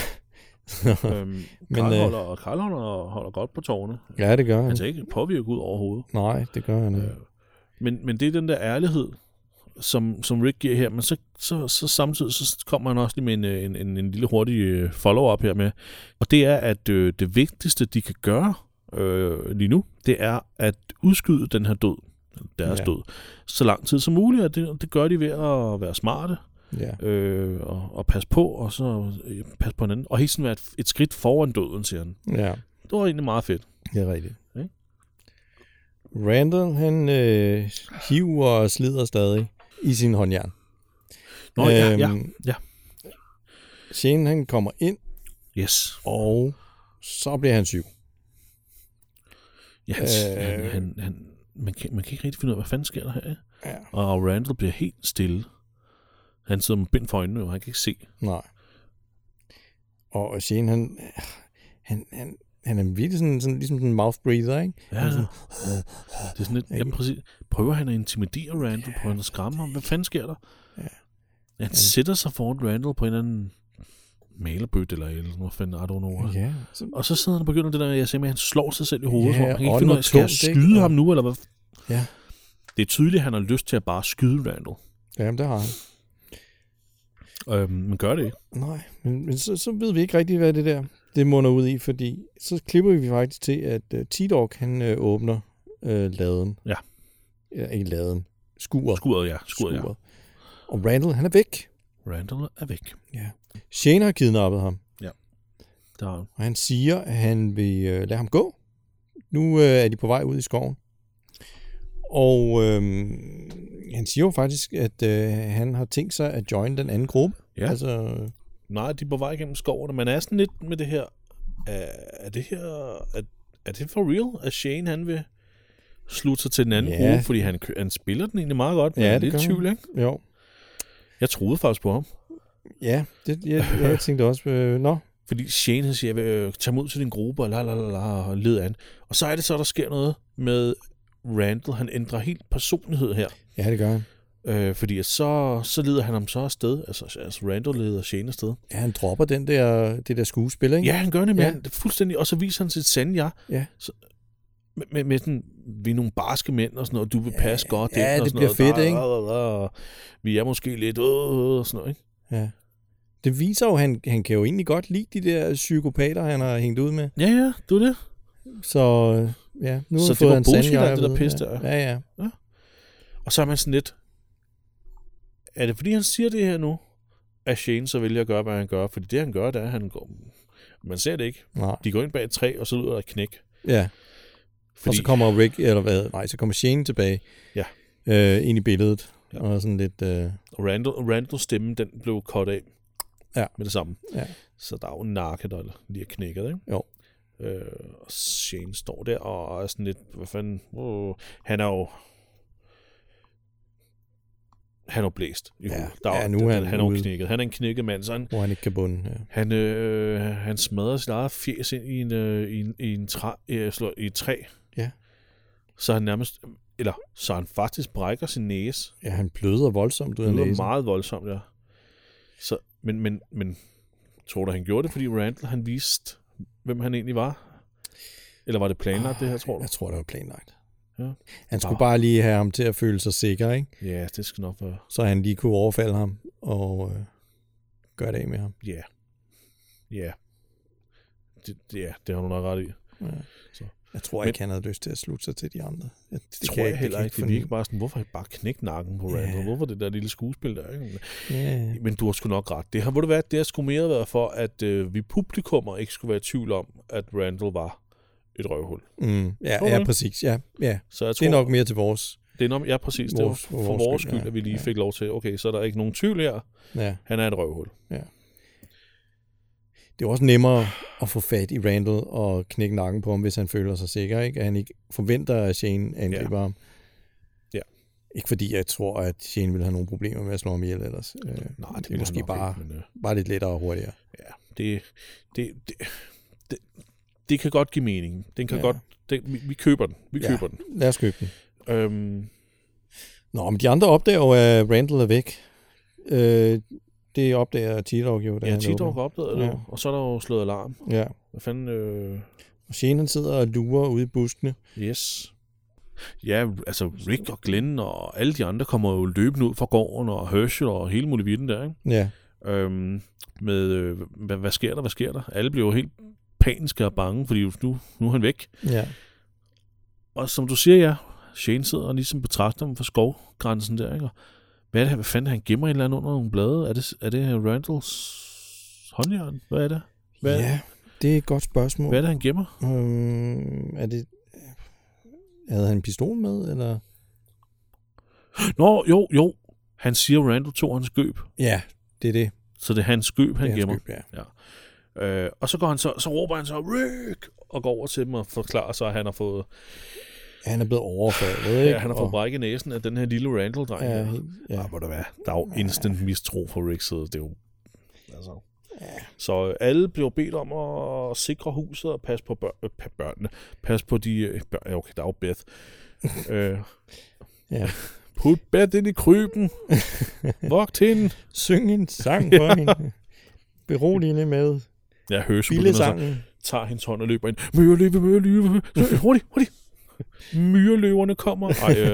Carl holder godt på tårne. Ja, det gør han. Han tager ikke påvirke ud overhovedet. Nej, det gør han ikke. Men det er den der ærlighed, som Rick giver her, men så samtidig så kommer han også lige med en lille hurtig follow-up her med. Og det er, at det vigtigste, de kan gøre lige nu, det er at udskyde den her død, deres død, så lang tid som muligt, og det gør de ved at være smarte. Ja. Og passe på, og så passe på hinanden. Og hele tiden være et skridt foran døden, siger han. Ja. Det var egentlig meget fedt. Det er rigtigt. Ja. Randall, han hiver og slider stadig i sin håndjern. Nå, ja. Shane, han kommer ind. Yes. Og så bliver han syg. Ja, man kan ikke rigtig finde ud af, hvad fanden sker der her. Ja. Og Randall bliver helt stille. Han sidder med bind for øjnene, og han kan ikke se. Nej. Og Shane, han er virkelig sådan ligesom en mouth breather, ikke? Ja. Sådan, det er sådan lidt, jamen præcis. Prøver han at intimidere Randall? Prøver han at skræmme ham? Hvad fanden sker der? Ja. Han sætter sig foran Randall på en eller anden malerbøt, eller hvad fanden, I don't know. Ja. Og så sidder han og begynder det der, jeg siger med, at han slår sig selv i hovedet. Han kan ikke finde ud af, skal jeg skyde ham nu, eller hvad? Ja. Det er tydeligt, at han har lyst til at bare skyde Randall. Jamen, det har han. Men gør det ikke. Nej, men så ved vi ikke rigtig, hvad det munder ud i, fordi så klipper vi faktisk til, at T-Dog, han åbner laden. Ja. Ikke laden. Skuret. Skuret. Og Randall, han er væk. Ja. Shane har kidnappet ham. Ja, det har han. Og han siger, at han vil lade ham gå. Nu er de på vej ud i skoven. Og han siger jo faktisk, at han har tænkt sig at join den anden gruppe. Ja. Altså, nej, de er på vej igennem skoven, men er sådan lidt med det her. Er det for real, at Shane han vil slutte sig til den anden gruppe, fordi han spiller den egentlig meget godt, men er lidt tvivl, ikke? Jo. Jeg troede faktisk på ham. Ja, jeg tænkte også, Fordi Shane han siger, jeg vil tage mod til din gruppe, og led an. Og så er det så, der sker noget med Randall. Han ændrer helt personlighed her. Ja, det gør han. Fordi så leder han ham så afsted. Altså Randall leder Shane afsted. Ja, han dropper det der skuespil, ikke? Ja, han gør det, men det er fuldstændig. Og så viser han sit sande jeg. Ja. Så, med sådan, vi er nogle barske mænd og sådan noget, du vil passe godt. Ja, det bliver fedt, ikke? Vi er måske lidt og sådan noget, ikke? Ja. Det viser jo, han kan jo egentlig godt lide de der psykopater, han har hængt ud med. Ja, du er det. Så ja, nu har så fået en sande jeg. Det der pisse der. Ja. Og så er man sådan lidt, er det fordi han siger det her nu, at Shane så vælger at gøre, hvad han gør? Fordi det han gør, det er, at han går, man ser det ikke. Nej. De går ind bag et træ, og så lyder der et knæk. Ja. Og så kommer Rick, eller hvad? Nej, så kommer Shane tilbage. Ja. Ind i billedet. Ja. Og sådan lidt... Randalls stemme, den blev cut af. Ja. Med det samme. Ja. Så der er jo en nakke, der lige er knækket, ikke? Jo. Og Shane står der og er sådan lidt, hvad fanden... Han er jo blæst. Nu er han er jo knækket. Han er en knækket mand. Så hvor han ikke kan bunde. Ja. Han smadrer sit eget fjes ind i et træ. Ja. Så han nærmest... Eller så han faktisk brækker sin næse. Ja, han bløder voldsomt ud af næsen. Det var meget voldsomt, ja. Så, men tror du, han gjorde det, fordi Randall, han viste, hvem han egentlig var? Eller var det planlagt, det her, tror du? Jeg tror, det var planlagt. Ja. Han skulle bare lige have ham til at føle sig sikker, ikke? Ja, det skal nok være. Så han lige kunne overfalde ham og gøre det af med ham. Ja. Ja. Det har du nok ret i. Ja. Så. Jeg tror ikke, han havde lyst til at slutte sig til de andre. Det tror jeg heller ikke. Det virker bare sådan, hvorfor har I bare knækt nakken på Randall? Yeah. Hvorfor det der lille skuespil der? Ikke? Yeah. Men du har sgu nok ret. Det har sgu mere været for, at vi publikummer ikke skulle være i tvivl om, at Randall var et røvhul. Ja, præcis. Ja. Så jeg tror, det er nok mere til vores... Det er nok, ja, præcis. Det var for vores skyld, at vi lige fik lov til, okay, så er der ikke nogen tvivl her. Ja. Han er et røvhul. Ja. Det er også nemmere at få fat i Randall og knække nakken på ham, hvis han føler sig sikker, ikke? At han ikke forventer, at Shane angriber ham. Ja. Ikke fordi jeg tror, at Shane ville have nogle problemer med at slå ham ihjel ellers. Nej, det er måske bare lidt lettere og hurtigere. Ja, det kan godt give mening. Den kan godt... Vi køber den. Køber den. Lad os købe den. Men de andre opdager jo, at Randall er væk. Det opdager T-Dog jo. Ja, T-Dog opdager det, og så er der jo slået alarm. Ja. Hvad fanden... Og Shane, han sidder og lurer ude i buskene. Yes. Ja, altså Rick og Glenn og alle de andre kommer jo løbende ud fra gården, og Herschel og hele muligheden der, ikke? Ja. Med, hvad sker der? Alle bliver jo helt paniske og bange, fordi nu er han væk. Ja. Og som du siger, ja, Shane sidder og ligesom betragter dem fra skovgrænsen der, ikke? Hvad er det her? Hvad fanden han gemmer en eller anden under nogle blade? Er det Randalls håndjern? Hvad er det? Det er et godt spørgsmål. Hvad er det, han gemmer? Havde han en pistol med, eller? Nå, jo. Han siger, at Randall tog hans skøb. Ja, det er det. Så det er hans skøb, han gemmer. Skøb, ja. Og så går han så råber han så, Rick! Og går over til dem og forklarer sig, at han har fået... Han er blevet overfaldet, ikke? Ja, han har fået brækket næsen af den her lille Randall-dreng. Ja. Må der være. Der er jo instant mistro fra Ricks side. Det er jo... Altså. Ja. Så alle bliver bedt om at sikre huset og passe på børnene. Pas på de... okay, der er jo Beth. Ja. Put Beth ind i kryben. Vogt hende. Syng en sang for hende. Beroligende med. Ja, Herschel tager hendes hånd og løber ind. Myreløve. Hurtigt. Myreløverne kommer.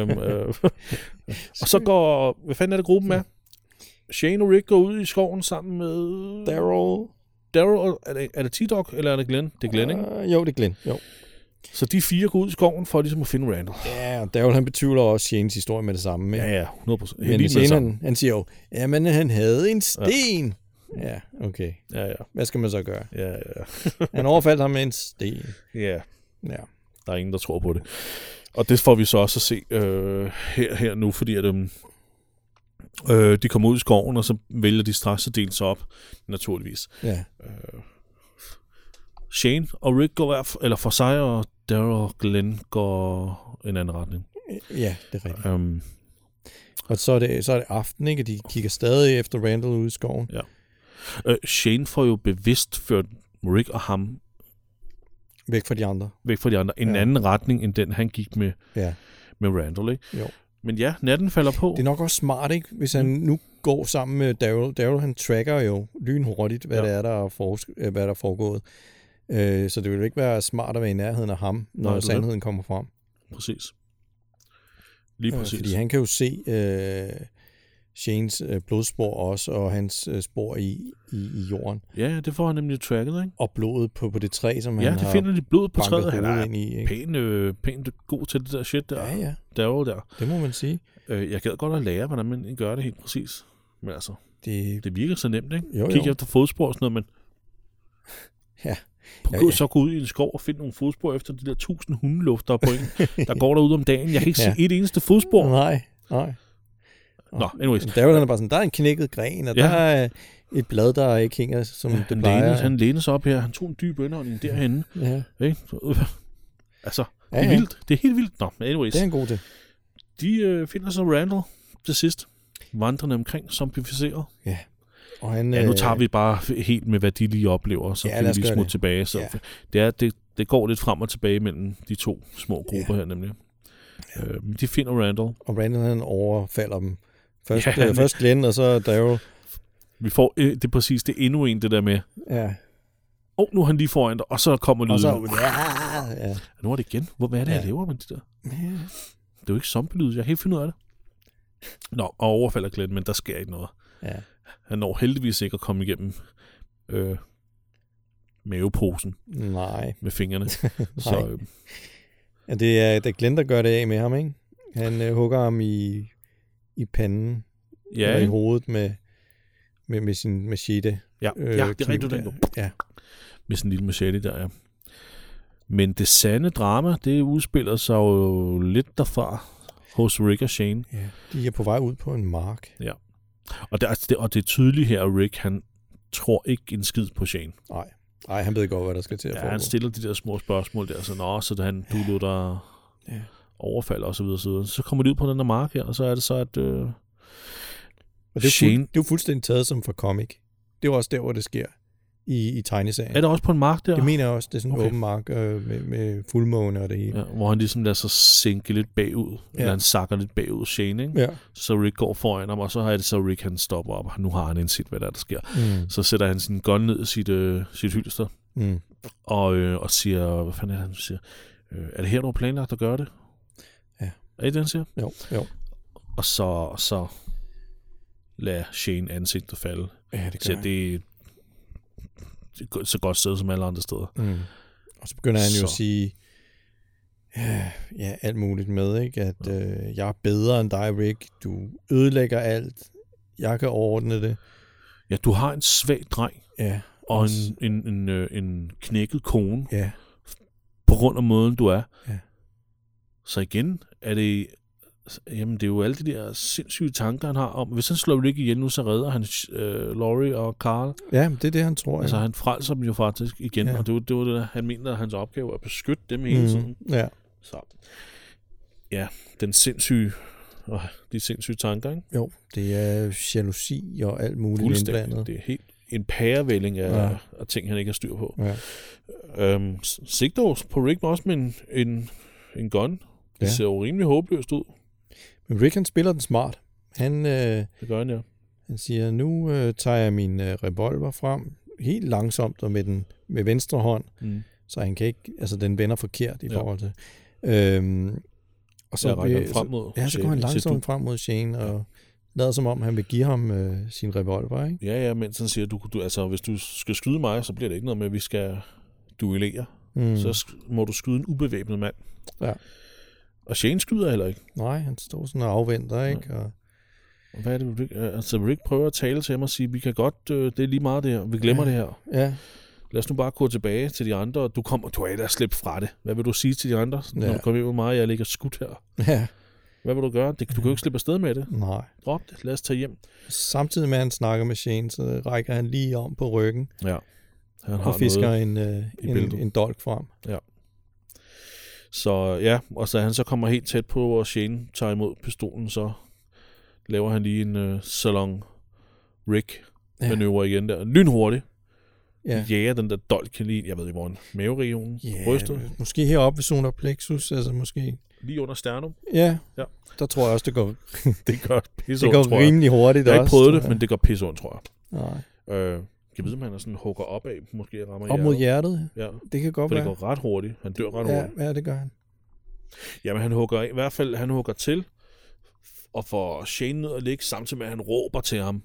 Og så går... Hvad fanden er det, gruppen er? Shane og Rick går ud i skoven sammen med... Daryl, er det T-Dog, eller er det Glenn? Det er Glenn, ikke? Jo, det er Glenn, jo. Så de 4 går ud i skoven for ligesom at finde Randall. Ja, og Daryl, han betvivler også Shanes historie med det samme. Ikke? Ja, 100%. Men Shane, han siger jo, men han havde en sten. Ja, okay. Ja. Hvad skal man så gøre? Ja. Han overfaldt ham med en sten. Ja. Der er ingen, der tror på det. Og det får vi så også at se her nu, fordi at de kommer ud i skoven, og så vælger de straks at dele sig op, naturligvis. Ja. Shane og Rick går eller for sig, og Daryl og Glenn går en anden retning. Ja, det er rigtigt. Og så er det aften, ikke? De kigger stadig efter Randall ude i skoven. Ja. Shane får jo bevidst ført Rick og ham væk fra de andre. En anden retning, end den han gik med Randall, ikke? Jo. Men ja, natten falder på. Det er nok også smart, ikke? Hvis han nu går sammen med Daryl. Daryl, han tracker jo lynhurtigt, hvad det er, hvad der er foregået. Så det vil ikke være smart at være i nærheden af ham, når sandheden kommer frem. Præcis. Lige præcis. Fordi han kan jo se Shanes blodspor også, og hans spor i jorden. Ja, det får han nemlig tracket, ikke? Og blodet på det træ, som han har... Ja, det finder de blodet på træet. Han er pænt god til det der shit der. Ja. Der. Det må man sige. Jeg gad godt at lære, hvordan man gør det helt præcis. Men altså, det virker så nemt, ikke? Jo. Kig efter fodspor og sådan noget, men... Ja. Så gå ud i en skov og finde nogle fodspor efter de der 1000 hundelufter på en, der går derude om dagen. Jeg kan ikke se et eneste fodspor. Nej. Nå, anyways. Der er bare sådan, der er en knækket gren, og der er et blad, der ikke hænger, som det plejer. Han læner sig op her. Han tog en dyb indånding derhenne. Ja. Altså, det er vildt. Det er helt vildt. Nå, anyways. Det er en god til. De finder så Randall til sidst. Vandrende omkring, zombificeret. Ja. Og nu tager vi bare helt med, hvad de lige oplever, så kan vi lige smutte tilbage. Så det går lidt frem og tilbage mellem de to små grupper her, nemlig. De finder Randall. Og Randall, han overfalder dem. Først Glenn, og så Daryl. Vi får, det er præcis, det er endnu en, det der med. Ja. Nu er han lige foran dig, og så kommer lyden. Og så, ja. Nu er det igen. Hvad er det, jeg laver med det der? Ja. Det er jo ikke zombie-lyd, jeg har helt fundet ud af det. Nå, og overfalder Glenn, men der sker ikke noget. Ja. Han når heldigvis ikke at komme igennem maveposen. Nej. Med fingrene. Så, ja, det er Glenn, der gør det af med ham, ikke? Han hugger ham i panden. Ja. Eller i hovedet med sin machete. Ja, det er rigtigt. Ja. Med sin lille machete der, ja. Men det sande drama, det udspiller sig jo lidt derfra hos Rick og Shane. Ja, de er på vej ud på en mark. Ja. Og det er tydeligt her, at Rick, han tror ikke en skid på Shane. Nej, han ved godt, hvad der skal til at foregå. Han stiller de der små spørgsmål der, så han du der overfalder og så videre. Så kommer de ud på den der mark her, og så er det så, at og det er jo fuldstændig taget som fra comic. Det er jo også der, hvor det sker i tegneserien. Er det også på en mark der? Det mener jeg også. Det er sådan en åben mark med fuldmåne og det hele. Ja, hvor han ligesom lader sig sænke lidt bagud. Ja. Eller han sakker lidt bagud Shane, ikke? Ja. Så Rick går foran ham, og så har det så Rick, han stopper op, og nu har han indset, hvad der sker. Så sætter han sin gun ned i sit hylster, og siger, hvad fanden er det, han siger? Er det her, du har planlagt at gøre det? Ja. Er det, han siger? Jo. Og så lader Shane ansigtet falde. Ja, det gør han. Det er så godt sted som alle andre steder. Og så begynder han jo at sige alt muligt med, ikke? At jeg er bedre end dig, Rick. Du ødelægger alt. Jeg kan ordne det. Ja, du har en svag dreng. Ja. Og en knækket kone. Ja. På grund af måden, du er. Ja. Så igen er det... Jamen, det er jo alle de der sindssyge tanker, han har om... Hvis han slår Rick ihjel nu, så redder han Laurie og Carl. Ja, det er det, han tror. Altså, han frelser dem jo faktisk igen. Ja. Og det var det, der, han mener, at hans opgave er at beskytte dem hele tiden. Ja. Så... Ja, de sindssyge tanker, ikke? Jo, det er jalousi og alt muligt indblandet. Det er helt en pærevælling af ting, han ikke har styr på. Ja. Sigtås på Rick også med en gun. Det ser jo rimelig håbløst ud. Men Rick, han spiller den smart. Det gør han, ja. Han siger, nu tager jeg min revolver frem, helt langsomt og med venstre hånd, så han kan ikke, altså den vender forkert i forhold til. Og så går han langsomt frem mod Shane, og lader som om, han vil give ham sin revolver, ikke? Ja, mens han siger, du, altså, hvis du skal skyde mig, så bliver det ikke noget med, at vi skal duellere. Så må du skyde en ubevæbnet mand. Ja. Og Shane skyder heller ikke. Nej, han står sådan og afventer, ikke? Ja. Og hvad er det, Rick? Altså, Rick prøver at tale til ham og sige, vi kan godt, det er lige meget det her, vi glemmer det her. Ja. Lad os nu bare gå tilbage til de andre, og du er da slippe fra det. Hvad vil du sige til de andre, når du kommer ind med mig, og jeg ligger skudt her? Ja. Hvad vil du gøre? Du kan jo ikke slippe afsted med det. Nej. Drop det, lad os tage hjem. Samtidig med, at han snakker med Shane, så rækker han lige om på ryggen. Ja. Han og fisker en dolk frem. Ja. Så ja, og så han så kommer helt tæt på, og Shane tager imod pistolen, så laver han lige en salon Rick-manøvre igen der. Lynhurtigt. Ja. Jager den der dolk lige, jeg ved ikke hvor, en maveregionen, brystet. Måske heroppe ved solar plexus, altså måske. Lige under sternum. Ja. Der tror jeg også, det går det gør pisse det går rimelig hurtigt også. Jeg har ikke prøvet det, men det går pisse ondt, tror jeg. Nej. Jeg ved, om han er sådan hugger opad, måske rammer op mod hjertet. Ja. Det kan godt være. For det går ret hurtigt. Han dør ret hurtigt. Ja, det gør han. Jamen, han hugger i hvert fald, han hugger til, og får Shane ned og ligge, samtidig med, at han råber til ham.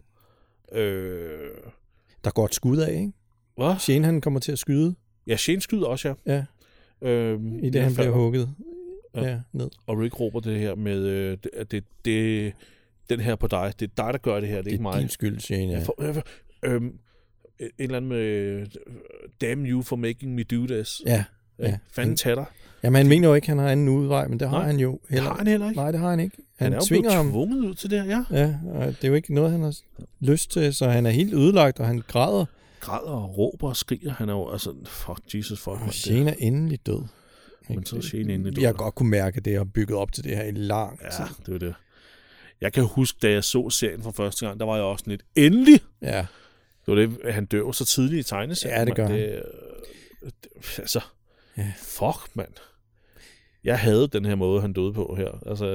Der går et skud af, ikke? Hvad? Shane, han kommer til at skyde. Ja, Shane skyder også, ja. I det, han bliver hugget ned. Og Rick råber det her med, den her på dig. Det er dig, der gør det her, det er ikke mig. Det er din skyld, Shane, ja. Et eller andet med, damn you for making me do this. Ja. Fanden tager. Jamen, han mener jo ikke, han har anden udvej, men det har han jo heller. Det har han heller ikke. Nej, det har han ikke. Han er jo blevet tvunget ud til det her, Ja, og det er jo ikke noget, han har lyst til, så han er helt ødelagt, og han græder. Og råber og skriger. Han er jo, altså, fuck. Og Shane er endelig død. Men så er Shane endelig død. Jeg har godt kunne mærke, at det har bygget op til det her i lang tid. Ja, det var det. Jeg kan huske, da jeg så serien for første gang, der var jeg også lidt endelig. Ja. Det var det, han dør så tidligt i tegneserien. Ja, det gør han. Altså, fuck, mand. Jeg havde den her måde, han døde på her. Altså,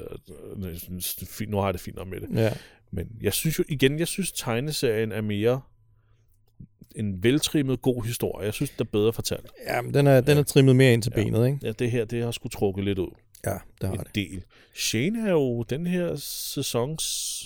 nu har jeg det fint om med det. Ja. Men jeg synes tegneserien er mere en veltrimmet, god historie. Jeg synes, det er bedre fortalt. Ja, men den er trimmet mere ind til benet, ikke? Ja, det her, det har sgu trukket lidt ud. Ja, det har en det. del. Shane er jo den her sæsons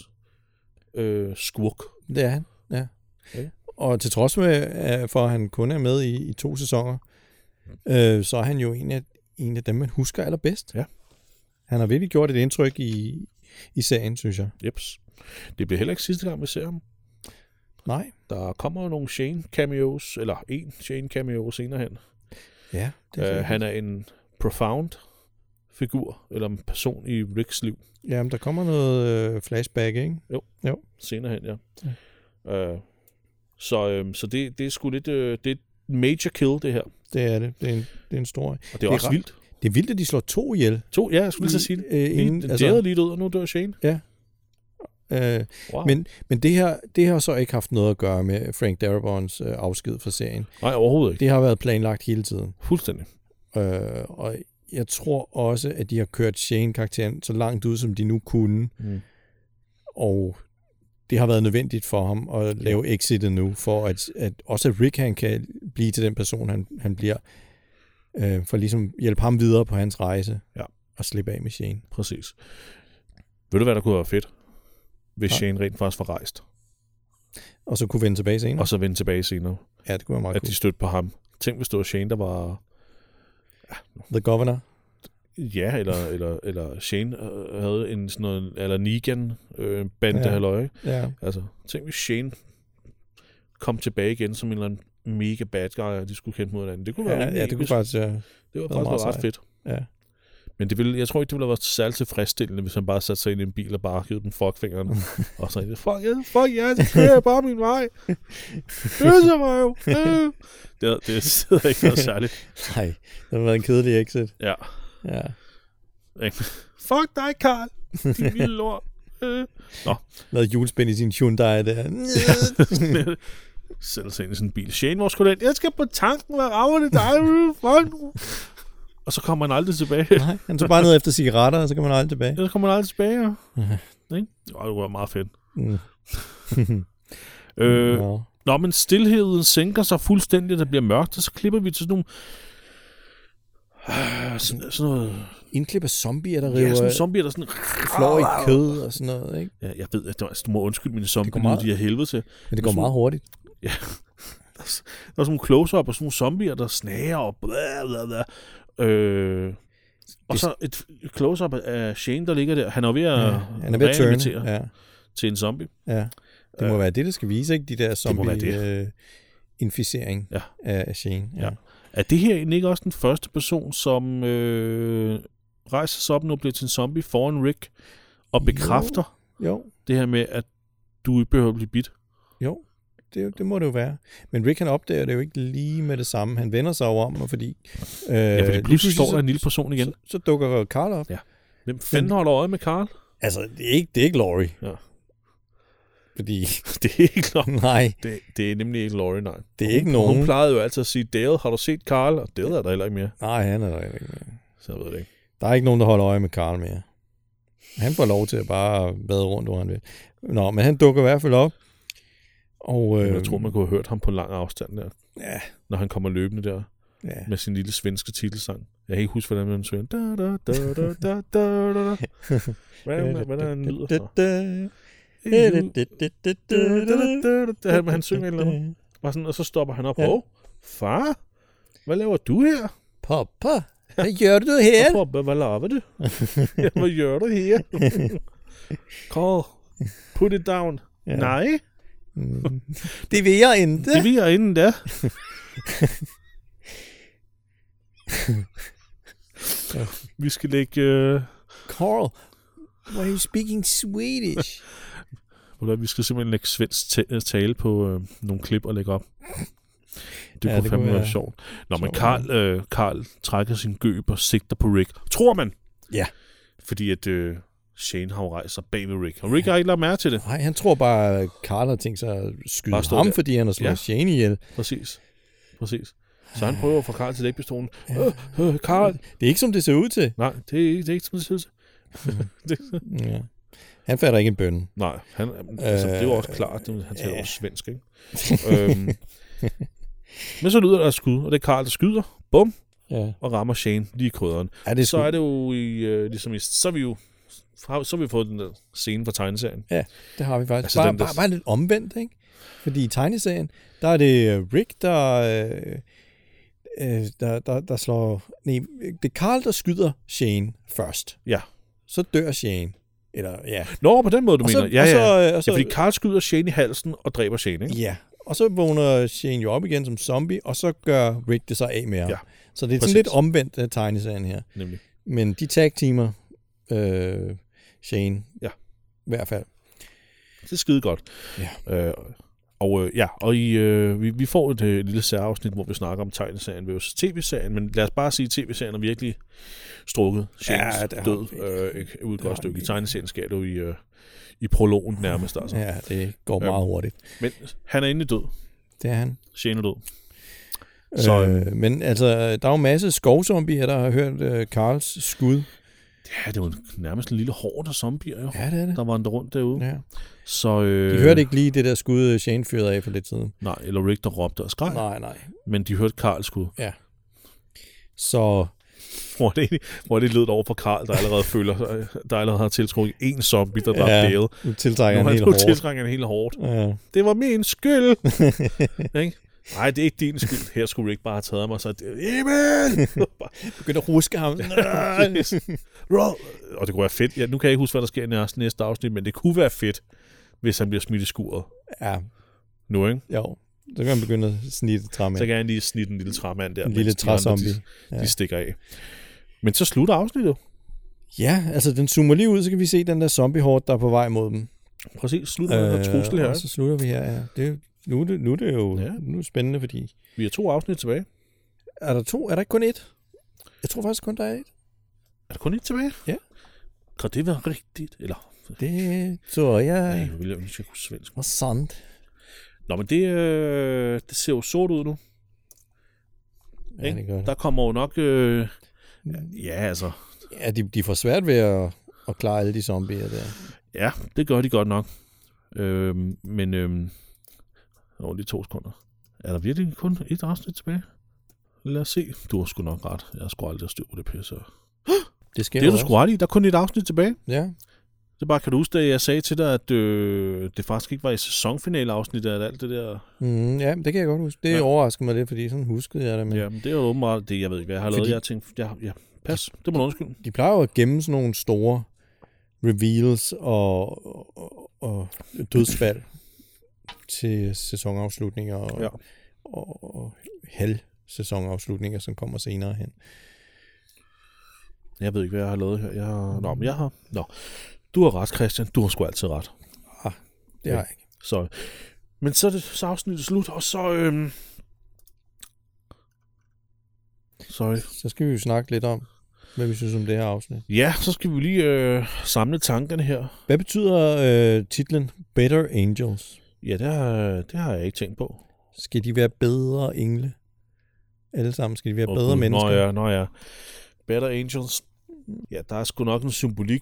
skurk. Det er han, ja. Okay. Og til trods for, at han kun er med i 2 sæsoner, så er han jo en af dem, man husker allerbedst. Ja. Han har virkelig gjort et indtryk i serien, synes jeg. Jeps. Det bliver heller ikke sidste gang, vi ser ham. Nej. Der kommer jo nogle Shane cameos, eller en Shane cameo senere hen. Ja. Det han er en profound figur, eller en person i Ricks liv. Jamen, der kommer noget flashback, ikke? Jo. Senere hen, ja. Så det er sgu lidt... det er et major kill, det her. Det er det. Det er en stor... Og det er også vildt. Det er vildt, at de slår 2 ihjel. 2? Ja, jeg skulle lige sige det. Det er lige ud, og nu dør Shane. Ja. Wow. Men det har så ikke haft noget at gøre med Frank Darabont's afsked fra serien. Nej, overhovedet ikke. Det har været planlagt hele tiden. Fuldstændig. Og jeg tror også, at de har kørt Shane-karakteren så langt ud, som de nu kunne. Og det har været nødvendigt for ham at lave exitet nu, for at også Rick han kan blive til den person, han bliver, for ligesom hjælpe ham videre på hans rejse, og slippe af med Shane. Præcis. Ved du, hvad der kunne være fedt? Hvis Shane rent faktisk var rejst. Og så kunne vende tilbage senere? Og så vende tilbage senere. Ja, det kunne være meget At de stødte på ham. Tænk, hvis det var Shane, der var... The Governor? Ja, eller Shane havde en sådan noget... Eller Negan bande halløj. Ja. Altså, tænk, hvis Shane kom tilbage igen som en eller anden mega bad guy, og de skulle kæmpe mod hinanden. Det kunne være det kunne faktisk... det var faktisk ret fedt. Ja. Men jeg tror ikke, det ville have været særligt tilfredsstillende, hvis han bare satte sig ind i en bil og bare givet den fuckfingeren. Og så fuck ja, så kører jeg bare min vej. Bøsser mig jo. Det sidder ikke noget særligt. Nej, det har været en kedelig exit. Ja. Fuck dig, Carl. Din lille lort. Nå. Lavet julespind i sin Hyundai der. Sætter sig ind i sådan en bil. Shane, hvor skulle jeg skal på tanken, hvad rager det dig? Fuck. Og så kommer han aldrig tilbage. Nej, han tog bare ned efter cigaretter, og så kommer han aldrig tilbage. Ja, så kommer han aldrig tilbage, ja. Ikke? Det var meget fedt. Nå, men stilheden sænker sig fuldstændig, der bliver mørkt, og så klipper vi til sådan nogle... sådan noget... Indklip af zombier, der river... Ja, sådan zombier, der sådan... flår i kød og sådan noget, ikke? Ja, jeg ved, at du må undskylde mine zombier, de er helvede til. Men det går meget hurtigt. Ja. Der er sådan nogle close-up og sådan nogle zombier, der snager og blablabla. Og så et close-up af Shane, der ligger der. Han er ved at turne til en zombie. Ja, det må være det, der skal vise, ikke? De der zombie-inficering af Shane. Ja. Er det her ikke også den første person, som rejser sig op nu og bliver til en zombie foran Rick og bekræfter det her med, at du ikke behøver at blive bidt? Jo. Det må det jo være. Men Rick han opdager det jo ikke lige med det samme. Han vender sig over om, fordi... fordi pludselig står der en lille person igen. Så dukker Carl op. Ja. Hvem fanden holder øje med Carl? Altså, det er ikke Laurie. Ja. Fordi... det er ikke Laurie. Nej. Det er nemlig ikke Laurie, nej. Det er ikke nogen. Hun plejede jo altid at sige, Dale, har du set Carl? Og Dale er der heller ikke mere. Nej, han er der heller ikke mere. Så jeg ved det ikke. Der er ikke nogen, der holder øje med Carl mere. Han får lov til at bare vade rundt, hvor han vil. Nå, men han dukker i hvert fald op. Og, jeg tror, man kunne have hørt ham på lang afstand der. Ja. Når han kommer løbende der. Ja. Med sin lille svenske titelsang. Jeg kan ikke huske, hvordan man synger. Hvordan han lyder. Han synger et eller andet. Og så stopper han op. Far, hvad laver du her? Pappa, hvad gør du her? Pappa, hvad laver du? Hvad gør du her? Carl, put it down. Nej. Det vil jeg ikke. Det vil jeg ikke da. Vi skal lægge... Carl, why are you speaking Swedish? Vi skal simpelthen lægge svensk tale på nogle klip og lægge op. Det kunne fandme være sjovt. Nå, men Carl trækker sin gøb og sigter på Rick. Tror man? Ja. Fordi at... Shane har rejst sig bag ved Rick. Og Rick har ikke lagt mærke til det. Nej, han tror bare, at Carl har tænkt sig at skyde ham, fordi han har slået Shane ihjel. Præcis. Så han prøver at få Carl til at lægge pistolen. Carl! Det er ikke, som det ser ud til. Nej, det er ikke, som det ser ud til. Ja. Han fatter ikke en bønne. Nej, altså, det er jo også klart, han taler også svensk, ikke? Men så lyder der et skud, og det er Carl, der skyder. Bum! Ja. Og rammer Shane lige i krydderen. Så er det jo så har vi fået den der scene fra tegneserien. Ja, det har vi faktisk. Altså bare lidt omvendt, ikke? Fordi i tegneserien, der er det Rick, der slår... Nej, det er Carl, der skyder Shane først. Ja. Så dør Shane. Eller, ja. Nå, på den måde, du mener. Ja, fordi Carl skyder Shane i halsen og dræber Shane, ikke? Ja. Og så vågner Shane jo op igen som zombie, og så gør Rick det så af med ham. Ja. Så det er sådan lidt omvendt af tegneserien her. Nemlig. Men de tag-teamer Shane. Ja. I hvert fald. Det er skide godt. Ja. Vi får et lille særafsnit, hvor vi snakker om tegneserien versus tv-serien, men lad os bare sige, at tv-serien er virkelig strukket. Shanes død ud et godt stykke. I tegneserien sker det jo i prologen nærmest. Altså. Ja, det går meget hurtigt. Men han er endelig død. Det er han. Shane er død. Men altså, der er jo en masse skovzombier, der har hørt Carls skud. Ja, det var nærmest en lille horde af zombier, jo. Ja, det er det. Der vandrer rundt derude. Ja. Så, de hørte ikke lige det der skud, Shane fyrede af for lidt siden. Nej, eller Rick, der råbte og skreg. Nej. Men de hørte Carls skud. Ja. Så... Hvor det lød over for Carl, der allerede har tiltrukket en zombie, der dræbte Dale. Nu tiltrækker han helt hårdt. Ja. Det var min skyld! Ikke? Nej, det er ikke din skyld. Her skulle Rick bare have taget mig og sagt, Emil! Begyndte at ruske ham. Og det kunne være fedt. Ja, nu kan jeg ikke huske, hvad der sker i næste afsnit, men det kunne være fedt, hvis han bliver smidt i skuret. Ja. Nu, ikke? Jo. Så kan han begynde at snitte træmand. Så kan han lige snitte en lille træmand der. En lille træzombie. De stikker af. Men så slutter afsnittet. Ja, altså den zoomer lige ud, så kan vi se den der zombie-horde, der er på vej mod dem. Præcis, slutter og trussel her. Og så slutter vi her, ja. Nu er det jo nu er spændende, fordi... Vi har 2 afsnit tilbage. Er der 2? Er der ikke kun 1? Jeg tror faktisk kun, der er 1. Er der kun 1 tilbage? Ja. Kan det være rigtigt? Eller... Det tror jeg... Nej, jeg vil ikke kunne svensk. Hvor sandt. Nå, men det ser jo sort ud nu. Ja, det gør det. Der kommer jo nok... altså... Ja, de får svært ved at klare alle de zombier der. Ja, det gør de godt nok. Lige 2 sekunder. Er der virkelig kun 1 afsnit tilbage? Lad os se. Du har sgu nok ret. Jeg har sgu aldrig styr på det pisse. Det er du sgu ret i. Der er kun 1 afsnit tilbage. Ja. Det bare, kan du huske, at jeg sagde til dig, at det faktisk ikke var i sæsonfinale-afsnittet af alt det der? Ja, det kan jeg godt huske. Det overrasker mig lidt, fordi sådan huskede jeg det. Men... Ja, men det er jo åbenbart det, jeg ved ikke, hvad jeg har lavet. Jeg har tænkt, pas, det må du undskylde. De plejer jo at gemme sådan nogle store reveals og dødsfald til sæsonafslutninger og halvsæsonafslutninger, som kommer senere hen. Jeg ved ikke, hvad jeg har lavet her. Du har ret, Christian. Du har sgu altid ret. Det har jeg ikke. Men så er det så afsnittet slut, og så... Så skal vi jo snakke lidt om, hvad vi synes om det her afsnit. Ja, så skal vi lige samle tankerne her. Hvad betyder titlen Better Angels? Ja, det har jeg ikke tænkt på. Skal de være bedre engle? Alle sammen skal de være bedre mennesker? Nå ja. Better Angels. Ja, der er sgu nok en symbolik,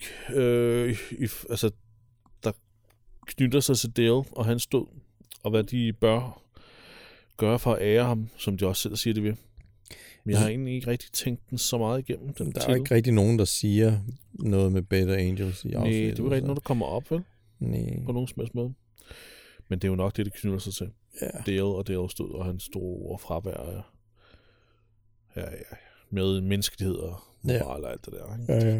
der knytter sig til Dale og hans død, og hvad de bør gøre for at ære ham, som de også selv siger det ved. Men jeg har egentlig ikke rigtig tænkt den så meget igennem. Der er ikke rigtig nogen, der siger noget med Better Angels i afsnittet. Nej, det er jo ikke rigtig noget, der kommer op, vel? Nej. På nogen smags måde. Men det er jo nok det knytter sig til. Ja. Dale og Dales død og hans store fravær. Ja. Med menneskelighed og moral og alt det der. Ja.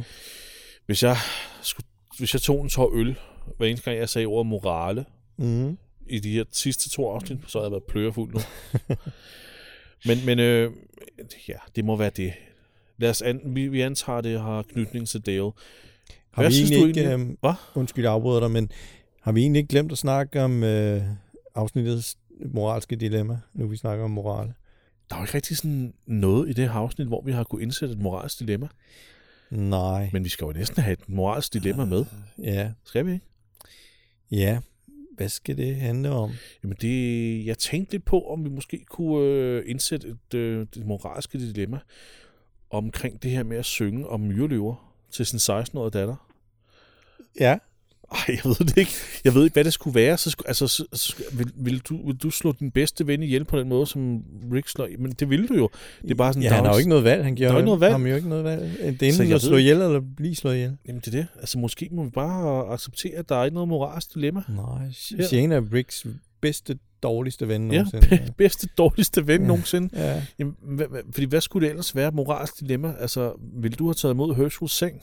Hvis jeg tog en tår øl, hver eneste gang jeg sagde ordet morale, i de her sidste 2 afsnit, så havde jeg været plørefuld nu. men det må være det. Vi antager, det har knytning til Dale. Har vi egentlig ikke... Undskyld, jeg afbryder dig, men har vi egentlig ikke glemt at snakke om afsnittets moralske dilemma, nu vi snakker om morale? Der er jo ikke rigtig sådan noget i det her afsnit, hvor vi har kunnet indsætte et moralsk dilemma. Nej. Men vi skal jo næsten have et moralsk dilemma med. Ja. Skal vi ikke? Ja. Hvad skal det handle om? Jamen jeg tænkte lidt på, om vi måske kunne indsætte et moralske dilemma omkring det her med at synge om myreløver til sin 16-årige datter. Ja. Ej, jeg ved det ikke. Jeg ved ikke, hvad det skulle være. Vil du slå din bedste ven ihjel på den måde, som Rick slår? Men det ville du jo. Det er bare sådan, han har jo ikke noget valg. Han giver ham jo ikke noget valg. Det er enten at slå ihjel, eller blive slået ihjel. Jamen det er det. Altså måske må vi bare acceptere, at der er ikke noget moralsk dilemma. Nej, Shane er Ricks bedste, dårligste ven nogensinde. Ja, bedste, dårligste ven nogensinde. Ja. Jamen, fordi hvad skulle det ellers være, moralsk dilemma? Altså, ville du have taget imod Herschels seng?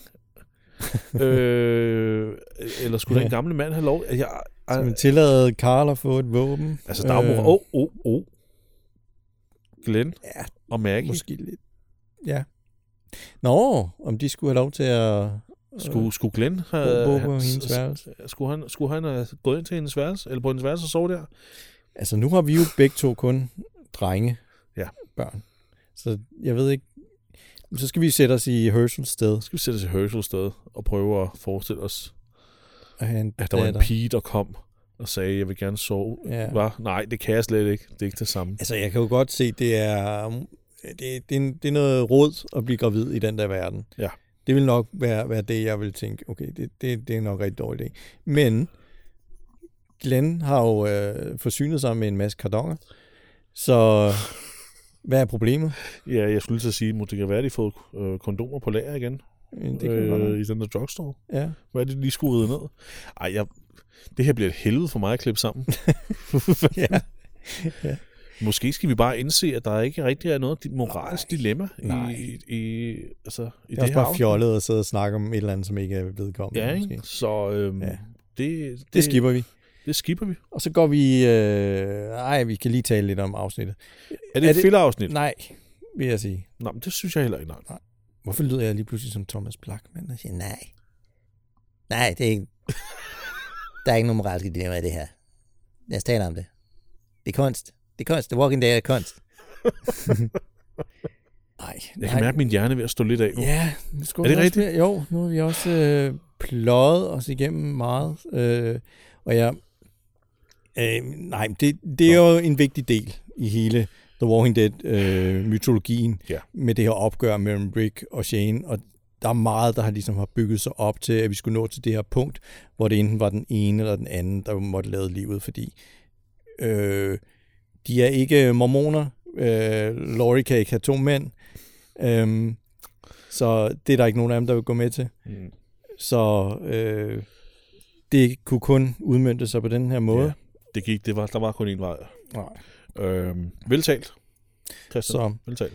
Eller skulle den gamle mand have lov? Skal man tillade Carl at få et våben? Altså, der er jo Glenn og Maggie. Måske lidt. Ja. Nå, om de skulle have lov til at... Skulle Glenn have... hendes værelse? Skulle han have gået ind til hendes værelse? Eller på hendes værelse og sove der? Altså, nu har vi jo begge to kun drenge. Ja. Børn. Så jeg ved ikke... Så skal vi sætte os i Herschels sted. Skal vi sætte os i Herschels sted og prøve at forestille os, at der var en pige, der kom og sagde, jeg vil gerne sove. Ja. Nej, det kan jeg slet ikke. Det er ikke det samme. Altså, jeg kan jo godt se, det er noget råd at blive gravid i den der verden. Ja. Det vil nok være det, jeg vil tænke, okay, det er nok rigtig dårligt. Men Glenn har jo forsynet sig med en masse kartoner, så... Hvad er problemet? Ja, jeg skulle lige sige, at det kan være, at de har fået kondomer på lager igen. Det kan i den der drugstore. Ja. Hvad er det, de lige skruede ned? Ej, det her bliver et helvede for mig at klippe sammen. Ja. Måske skal vi bare indse, at der ikke rigtig er noget moralsk dilemma i det er her også bare fjollet at sidde og snakke om et eller andet, som ikke er vedkommende. Ja, ikke? Så det skipper vi. Det skipper vi. Og så går vi... vi kan lige tale lidt om afsnittet. Er det et filler-afsnit? Nej, vil jeg sige. Nej, men det synes jeg heller ikke. Nej. Hvorfor lyder jeg lige pludselig som Thomas Blachman og siger nej? Nej, det er ikke... Der er ikke nogen moralske dilemma i det her. Lad os tale om det. Det er kunst. Det er kunst. The Walking Dead er kunst. Jeg kan mærke min hjerne ved at stå lidt af nu. Ja. Er det rigtigt? Jo, nu har vi også pløjet os igennem meget. Og jeg... det er jo en vigtig del i hele The Walking Dead-mytologien med det her opgør mellem Rick og Shane, og der er meget, der ligesom har bygget sig op til, at vi skulle nå til det her punkt, hvor det enten var den ene eller den anden, der måtte lade livet, fordi de er ikke mormoner. Laurie kan ikke have 2 mænd, så det er der ikke nogen af dem, der vil gå med til. Så det kunne kun udmønte sig på den her måde. Ja, der var kun en vej. Nej. Veltalt. Christian, veltalt.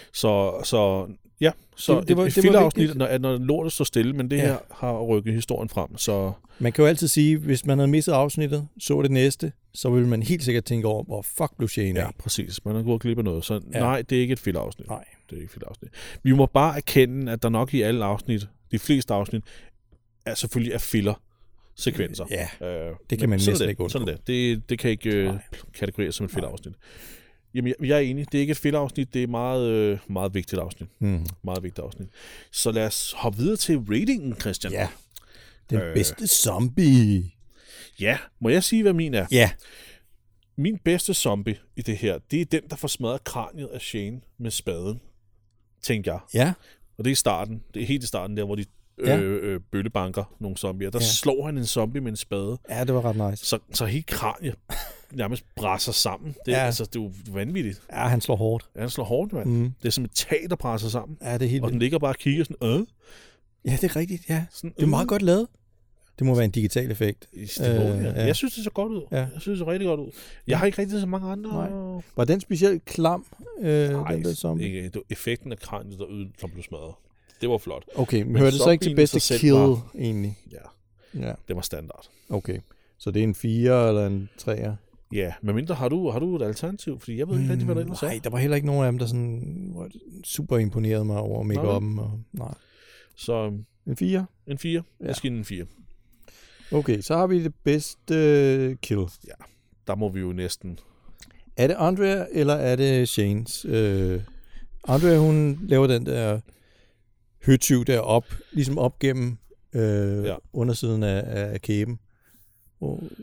Så det var et filler-afsnit, når lortet står stille, men det her har rykket historien frem. Så man kan jo altid sige, hvis man havde misset afsnittet, så det næste, så ville man helt sikkert tænke over, hvor fuck blev Shane af. Ja, præcis. Man har gået og klippet noget. Så nej, det er ikke et filler-afsnit. Nej. Det er ikke et filler-afsnit. Vi må bare erkende, at der nok i alle afsnit, de fleste afsnit, selvfølgelig er filler-sekvenser. Ja, det kan man næsten ikke undgå. Sådan det kan ikke kategoreres som et filler-afsnit. Jamen, jeg er enig. Det er ikke et filler-afsnit. Det er meget, meget vigtigt afsnit. Meget vigtigt afsnit. Så lad os hoppe videre til ratingen, Christian. Ja. Den bedste zombie. Ja. Må jeg sige, hvad min er? Ja. Min bedste zombie i det her, det er den, der får smadret kraniet af Shane med spaden, tænker jeg. Ja. Og det er starten. Det er helt i starten der, hvor de bøllebanker nogle zombier. Der slår han en zombie med en spade. Ja, det var ret nice. Så helt kraniet nærmest bræsser sammen. Det er jo vanvittigt. Ja, han slår hårdt. Ja, han slår hårdt, mand. Det er som et tag, der presser sammen. Ja, det er helt og den ligger bare og kigger sådan, Ja, det er rigtigt, ja. Sådan, det er meget godt lavet. Det må være en digital effekt. Jeg synes, det så godt ud. Ja. Jeg synes, det så rigtig godt ud. Jeg har ikke rigtig så mange andre. Nej. Var den specielt klam? Nej, den der zombie? Ikke. effekten af kraniet, der blev smadret. Det var flot. Okay, men hører det så ikke til bedste kill, egentlig? Ja, det var standard. Okay, så det er en 4 eller en 3'er? Ja, medmindre har du et alternativ? Fordi jeg ved ikke rigtig, hvad der ellers er. Nej, der var heller ikke nogen af dem, der sådan var super imponeret mig over make-up'en. Nej. Så en 4? En 4. Jeg skal en 4. Okay, så har vi det bedste kill. Ja, der må vi jo næsten... Er det Andrea, eller er det Shanes? Andrea, hun laver den der høtyv der ligesom op gennem undersiden af kæben. Og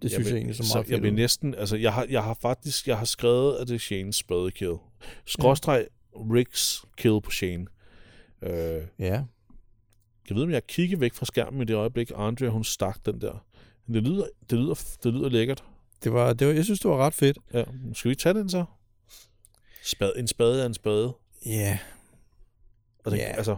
Det synes jeg egentlig så meget jeg vil næsten, altså jeg har skrevet, at det er Shanes spadekill. Skråstreg Ricks kill på Shane. Ja. Jeg ved, om jeg kigger væk fra skærmen i det øjeblik, Andrea, hun stak den der. Det lyder lækkert. Jeg synes, det var ret fedt. Ja, skal vi tage den så? En spade er en spade. Ja. Altså.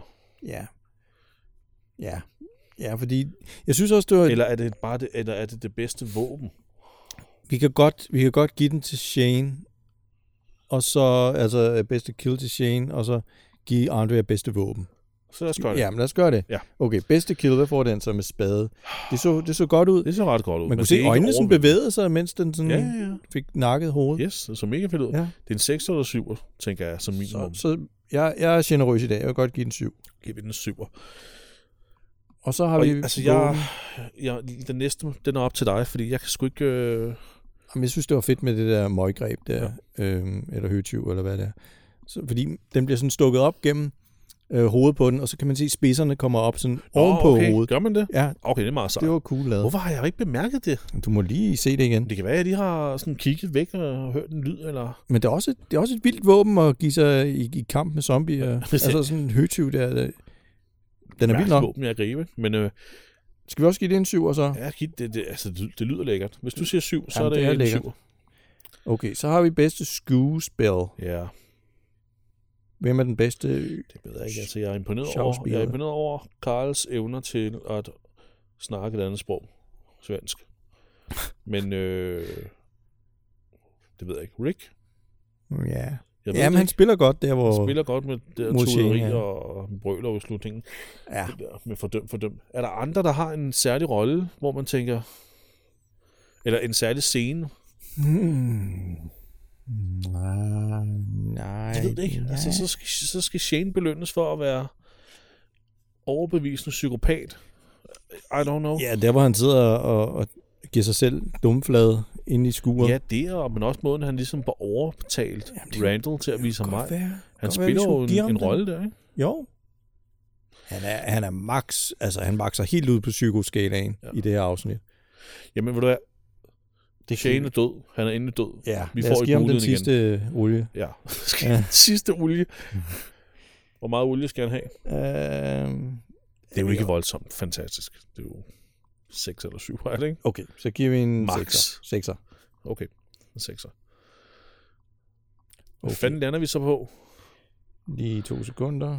Ja, fordi jeg synes også, det var... Eller er det det bedste våben? Vi kan godt give den til Shane, og så, altså, bedste kill til Shane, og så give Andrea bedste våben. Så lad os gøre det. Ja, men lad os gøre det. Ja. Okay, bedste kill, hvad får den så med spade? Det så godt ud. Det så ret godt ud. Man kunne se øjnene sådan bevægede sig, mens den sådan fik nakket hovedet. Yes, det så mega fedt ud. Ja. Det er en 6 eller 7, tænker jeg, som minimum. Så jeg er generøs i dag. Jeg vil godt give den 7. Giv den 7. Og så har vi... Altså, den næste, den er op til dig, fordi jeg kan sgu ikke... Jamen, jeg synes, det var fedt med det der møggreb der, eller høtyv, eller hvad det er. Så, fordi den bliver sådan stukket op gennem hovedet på den, og så kan man se, at spidserne kommer op sådan ovenpå hovedet. Gør man det? Ja. Okay, det er meget sejt. Det var cool lavet. Hvorfor har jeg ikke bemærket det? Du må lige se det igen. Det kan være, at jeg lige har sådan kigget væk og hørt en lyd, eller... Men det er også et vildt våben at give sig i kamp med zombier. Altså sådan en høtyv der. Den er vild nok. Våben, jeg gribe, men... Skal vi også give det en 7 så? Ja, det lyder lækkert. Hvis du siger 7, så er det en 7. Okay, så har vi bedste skuespil. Ja. Hvem er den bedste? Det ved jeg ikke. Altså, jeg er imponeret over Carls evner til at snakke et andet sprog. Svensk. Men det ved jeg ikke. Rick? Ja. Men han spiller godt der, hvor... Han spiller godt med tuderi og brøler i slutningen. Ja. Det der med fordømt. Er der andre, der har en særlig rolle, hvor man tænker... Eller en særlig scene? Nej. Jeg ved det ikke. Altså, så skal Shane belønnes for at være overbevisende psykopat. I don't know. Ja, der hvor han sidder og giver sig selv dumflade inde i skuret. Ja, det er, men også måden, han ligesom var overbetalt Randall til at vise ham vej. Han spiller jo en rolle der, ikke? Jo. Han er max, altså han makser helt ud på psykoskalaen i det her afsnit. Jamen, ved du hvad? Shane er død. Han er endelig død. Ja, vi får give ham den sidste olie. Ja, sidste olie. Hvor meget olie skal han have? Det er jo ikke voldsomt fantastisk. Det er jo 6 eller 7, er det ikke? Okay, så giver vi en Max. 6'er. Okay, en 6'er. Hvad fanden lander vi så på? Lige 2 sekunder.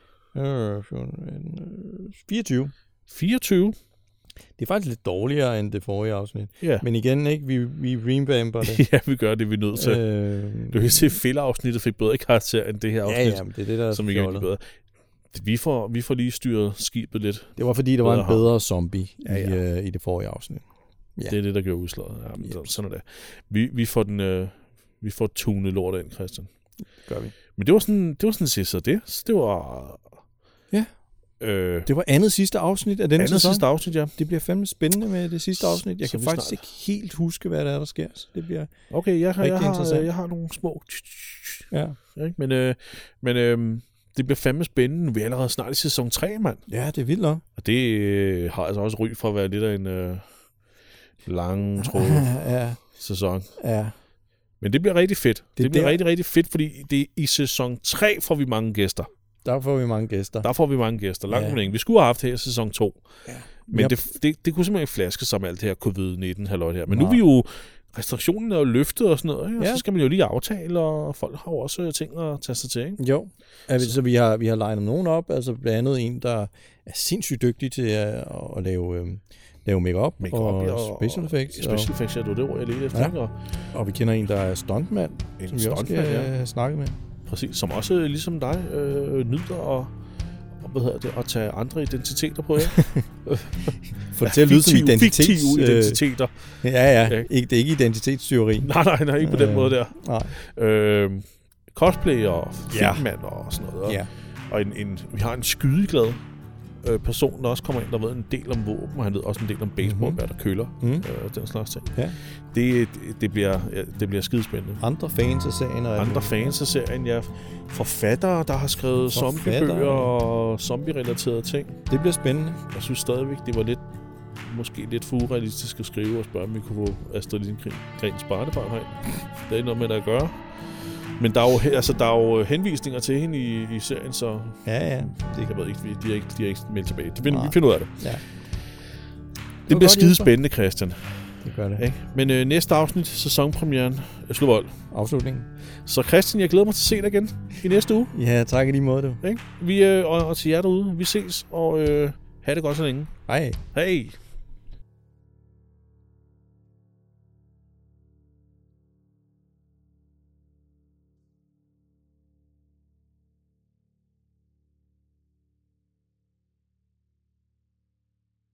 24. 24? Det er faktisk lidt dårligere end det forrige afsnit. Ja. Men igen, ikke? Vi revamper det. Ja, vi gør det, vi er nødt til. Du kan se, at fælleafsnittet fik bedre karakter end det her afsnit. Ja, det er det, der som vi gør bedre. Vi får lige styret skibet lidt. Det var fordi, der var en bedre zombie i det forrige afsnit. Ja. Det er det, der gør udslaget. Ja, men sådan er det. Vi får tunet lort ind, Christian. Gør vi. Men det var sådan set så det. Så det var... Ja. Det var sidste afsnit af denne sæson. Sidste afsnit, ja. Det bliver fandme spændende med det sidste afsnit. Jeg kan faktisk ikke helt huske, hvad der sker. Så det bliver okay, jeg har nogle små... Ja. Men det bliver fandme spændende. Vi er allerede snart i sæson 3, mand. Ja, det er vildt nok. Og det har altså også ry for at være lidt af en lang, tråd sæson. Ja. Men det bliver rigtig fedt. Det bliver rigtig, rigtig fedt, fordi det i sæson 3 får vi mange gæster. Der får vi mange gæster. Langt om længe. Vi skulle have haft her i sæson 2. Ja. Men det kunne simpelthen ikke flaske som alt det her covid-19 halløj her. Men nu er vi jo... Restriktionen er jo løftet og sådan noget, ikke? Og så skal man jo lige aftale, og folk har jo også ting at tage sig til, ikke? Jo. Så vi har legnet nogen op, altså blandt andet en, der er sindssygt dygtig til at lave make-up og special effects. Special effects, ja, det var det ord, jeg ledte efter. Ja. Og vi kender en, der er stuntmand, som vi også skal have snakket med. Præcis, som også ligesom dig nyder at tage andre identiteter på jer. Fortæl lyd som identiteter. Ja. Det er ikke identitetstyveri. Nej, ikke på den måde der. Nej. Cosplay og filmmand og sådan noget. Ja. Og vi har en skydeglad person, der også kommer ind, der ved en del om våben, og han ved også en del om baseball, hvad der køler, den slags ting. Ja. Det bliver skidespændende. Andre fans af serien. Ja. Forfattere, der har skrevet zombiebøger og zombie-relaterede ting. Det bliver spændende. Jeg synes stadigvæk, det var måske lidt for urealistisk at skrive og spørge, om vi kunne få Astrid Lindgrens barnebarn herind. Det er ikke noget med det at gøre. Men der er jo henvisninger til hende i serien, så Ja. jeg ved ikke, de er ikke meldt tilbage. Vi finder ud af det. Ja. Det bliver skide spændende, Christian. Det gør det. Ikke? Men næste afsnit, sæsonpremieren, Slåvold. Afslutningen. Så Christian, jeg glæder mig til at se dig igen i næste uge. Ja, tak i lige måde, du. Ikke? Og til jer derude, vi ses, og have det godt så længe. Hej. Hej.